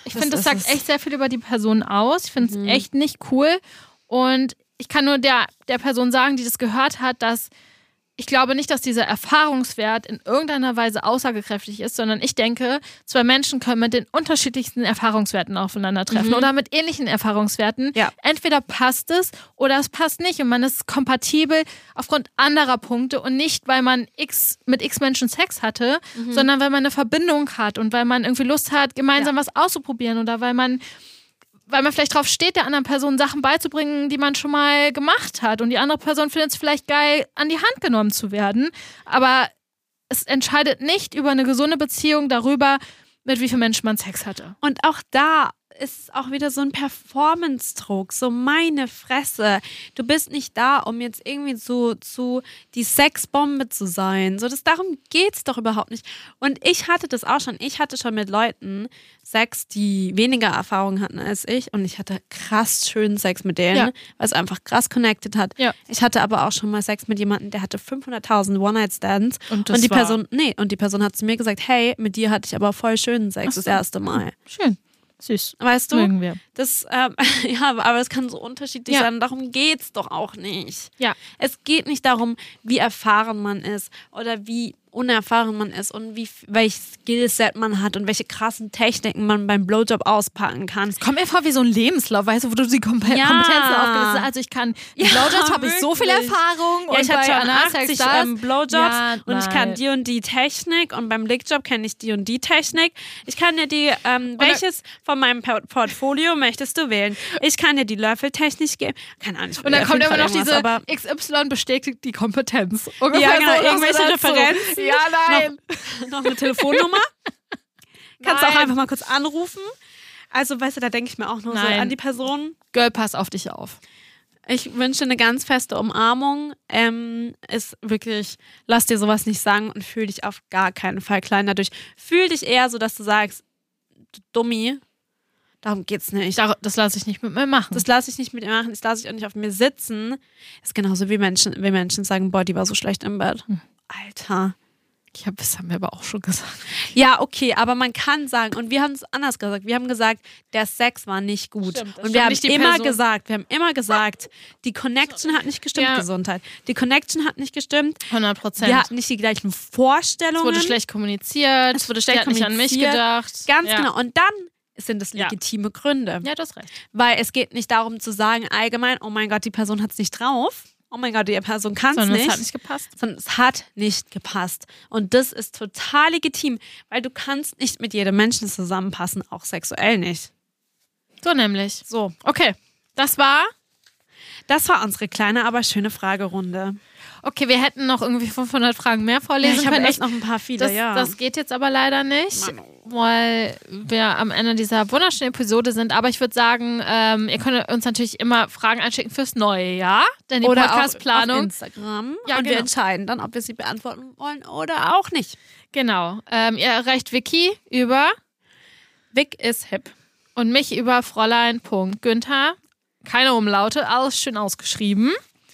Ich finde, das sagt echt sehr viel über die Person aus. Ich finde es echt nicht cool. Und ich kann nur der Person sagen, die das gehört hat, dass ich glaube nicht, dass dieser Erfahrungswert in irgendeiner Weise aussagekräftig ist, sondern ich denke, zwei Menschen können mit den unterschiedlichsten Erfahrungswerten aufeinandertreffen oder mit ähnlichen Erfahrungswerten. Ja. Entweder passt es oder es passt nicht und man ist kompatibel aufgrund anderer Punkte und nicht, weil man mit x Menschen Sex hatte, sondern weil man eine Verbindung hat und weil man irgendwie Lust hat, gemeinsam was auszuprobieren oder weil man vielleicht drauf steht, der anderen Person Sachen beizubringen, die man schon mal gemacht hat. Und die andere Person findet es vielleicht geil, an die Hand genommen zu werden. Aber es entscheidet nicht über eine gesunde Beziehung darüber, mit wie vielen Menschen man Sex hatte. Und auch da ist es auch wieder so ein Performance-Druck, so meine Fresse. Du bist nicht da, um jetzt irgendwie zu die Sexbombe zu sein. So, darum geht's doch überhaupt nicht. Und ich hatte das auch schon. Ich hatte schon mit Leuten Sex, die weniger Erfahrung hatten als ich. Und ich hatte krass schönen Sex mit denen, weil es einfach krass connected hat. Ja. Ich hatte aber auch schon mal Sex mit jemandem, der hatte 500.000 One-Night-Stands. Und die Person hat zu mir gesagt, hey, mit dir hatte ich aber voll schönen Sex das erste Mal. Schön. Süß. Weißt du? Mögen wir. Das, aber es kann so unterschiedlich sein. Darum geht's doch auch nicht. Ja. Es geht nicht darum, wie erfahren man ist oder wie unerfahren man ist und welches Skillset man hat und welche krassen Techniken man beim Blowjob auspacken kann. Es kommt mir vor wie so ein Lebenslauf, weißt du, wo du die Kompetenzen aufgelistet hast. Also ich kann Blowjobs, habe ich so viel Erfahrung. Ja, ich hatte schon 80 Blowjobs und ich kann nein. die und die Technik und beim Lickjob kenne ich die und die Technik. Ich kann dir die, welches von meinem Portfolio möchtest du wählen? Ich kann dir die Löffeltechnik geben. Keine Ahnung. Und dann kommt immer noch diese XY bestätigt die Kompetenz. Ungefähr ja, genau, irgendwelche Referenzen. Ja, nein. Noch eine Telefonnummer. Kannst du auch einfach mal kurz anrufen. Also, weißt du, da denke ich mir auch nur so an die Person. Girl, pass auf dich auf. Ich wünsche eine ganz feste Umarmung. Ist wirklich, lass dir sowas nicht sagen und fühl dich auf gar keinen Fall klein dadurch. Fühl dich eher so, dass du sagst, du Dummi, darum geht's nicht. Das lasse ich nicht mit mir machen. Das lasse ich nicht mit mir machen. Das lasse ich auch nicht auf mir sitzen. Ist genauso wie Menschen sagen, boah, die war so schlecht im Bett. Alter. Das haben wir aber auch schon gesagt. Ja, okay, aber man kann sagen, und wir haben es anders gesagt, wir haben gesagt, der Sex war nicht gut. Stimmt, und wir haben immer gesagt, die Connection hat nicht gestimmt, Gesundheit. Die Connection hat nicht gestimmt. 100%. Wir hatten nicht die gleichen Vorstellungen. Es wurde schlecht kommuniziert. Es wurde schlecht kommuniziert. Nicht an mich gedacht. Ganz genau. Und dann sind es legitime Gründe. Ja, du hast recht. Weil es geht nicht darum zu sagen, allgemein, oh mein Gott, die Person hat es nicht drauf. Oh mein Gott, die Person kann es nicht. Es hat nicht gepasst. Sondern es hat nicht gepasst. Und das ist total legitim, weil du kannst nicht mit jedem Menschen zusammenpassen, auch sexuell nicht. So nämlich. So. Okay, das war unsere kleine, aber schöne Fragerunde. Okay, wir hätten noch irgendwie 500 Fragen mehr vorlesen können. Ich habe echt noch ein paar viele, Das geht jetzt aber leider nicht, weil wir am Ende dieser wunderschönen Episode sind. Aber ich würde sagen, ihr könnt uns natürlich immer Fragen einschicken fürs neue Jahr. Denn die Podcast-Planung auf Instagram. Ja, und genau. wir entscheiden dann, ob wir sie beantworten wollen oder auch nicht. Genau. Ihr erreicht Vicky über Vic is hip. Und mich über Fräulein.Günther. Keine Umlaute, alles schön ausgeschrieben.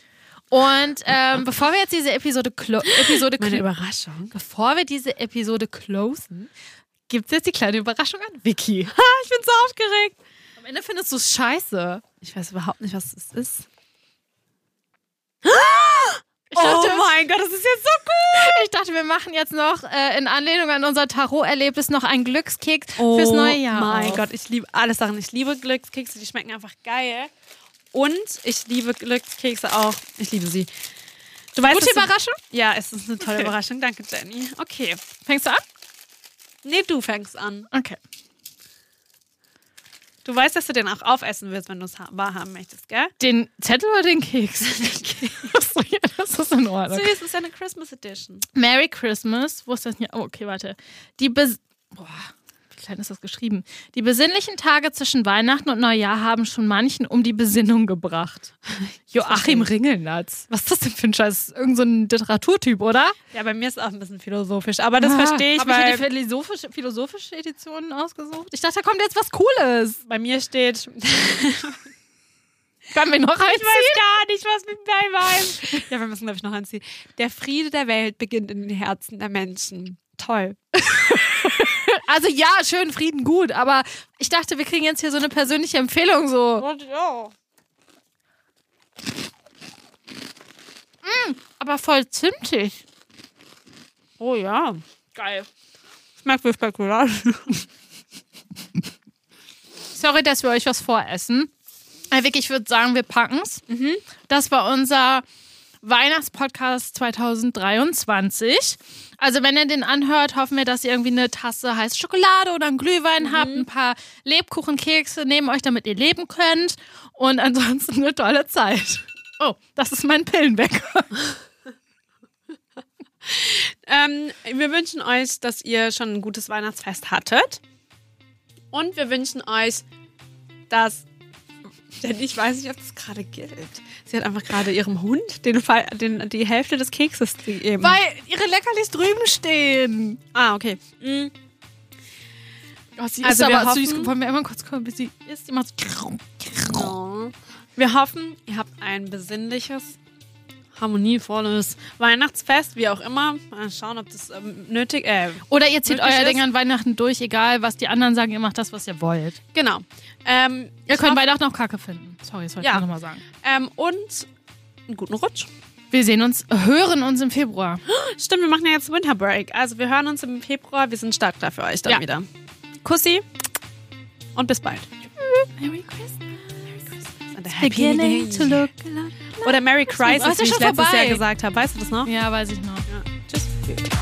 Und bevor wir jetzt diese Episode Meine Überraschung. Bevor wir diese Episode closen, gibt es jetzt die kleine Überraschung an Vicky. Ich bin so aufgeregt. Am Ende findest du es scheiße. Ich weiß überhaupt nicht, was das ist. Ich dachte, oh mein Gott, das ist jetzt so cool. Ich dachte, wir machen jetzt noch in Anlehnung an unser Tarot-Erlebnis noch einen Glückskeks fürs neue Jahr. Oh mein Gott, ich liebe alles Sachen. Ich liebe Glückskekse, die schmecken einfach geil. Und ich liebe Glückskekse auch. Ich liebe sie. Du weißt, Gute Überraschung? Ja, es ist eine tolle Überraschung. Danke, Jenny. Okay. Fängst du an? Nee, du fängst an. Okay. Du weißt, dass du den auch aufessen willst, wenn du es wahrhaben möchtest, gell? Den Zettel oder den Keks? Den Keks. Ja, das ist in Ordnung. Süß, das ist ja eine Christmas Edition. Merry Christmas. Wo ist das hier? Oh, okay, warte. Wie klein ist das geschrieben? Die besinnlichen Tage zwischen Weihnachten und Neujahr haben schon manchen um die Besinnung gebracht. Joachim Ringelnatz. Was ist das denn für ein Scheiß? Irgend so ein Literaturtyp, oder? Ja, bei mir ist es auch ein bisschen philosophisch, aber das verstehe ich, weil... Habe ich die philosophische Edition ausgesucht? Ich dachte, da kommt jetzt was Cooles. Bei mir steht... Können wir noch einziehen? Ich weiß gar nicht, was mit mir meint. Ja, wir müssen, glaube ich, noch einziehen. Der Friede der Welt beginnt in den Herzen der Menschen. Toll. Also ja, schön, Frieden, gut. Aber ich dachte, wir kriegen jetzt hier so eine persönliche Empfehlung. So. Ja. Aber voll zimtig. Oh ja. Geil. Schmeckt wie Spekulatius. Sorry, dass wir euch was voressen. Vicky, ich würde sagen, wir packen's. Das war unser Weihnachtspodcast 2023. Also wenn ihr den anhört, hoffen wir, dass ihr irgendwie eine Tasse heiße Schokolade oder einen Glühwein habt, ein paar Lebkuchenkekse neben euch, damit ihr leben könnt. Und ansonsten eine tolle Zeit. Oh, das ist mein Pillenwecker. Wir wünschen euch, dass ihr schon ein gutes Weihnachtsfest hattet. Und wir wünschen euch, dass... Denn ich weiß nicht, ob das gerade gilt. Sie hat einfach gerade ihrem Hund die Hälfte des Kekses gegeben. Weil ihre Leckerlis drüben stehen. Ah, okay. Oh, sie Also ist wir aber hoffen- süß. Wollen wir einmal kurz gucken, bis sie isst? Die macht so... Oh. Wir hoffen, ihr habt ein besinnliches, harmonievolles Weihnachtsfest, wie auch immer. Mal schauen, ob das nötig Oder ihr zieht möglich euer ist. Ding an Weihnachten durch, egal was die anderen sagen, ihr macht das, was ihr wollt. Genau. Ihr könnt Weihnachten auch Kacke finden. Sorry, das wollte ich Ja. nochmal sagen. Und einen guten Rutsch. Wir hören uns im Februar. Stimmt, wir machen ja jetzt Winter Break. Also wir hören uns im Februar. Wir sind startklar für euch dann Ja. wieder. Kussi und bis bald. Merry Christmas. And a happy Beginning Day. to look Oder Merry Crisis, ist ja wie ich schon letztes vorbei. Jahr gesagt habe. Weißt du das noch? Ja, weiß ich noch. Ja. Tschüss.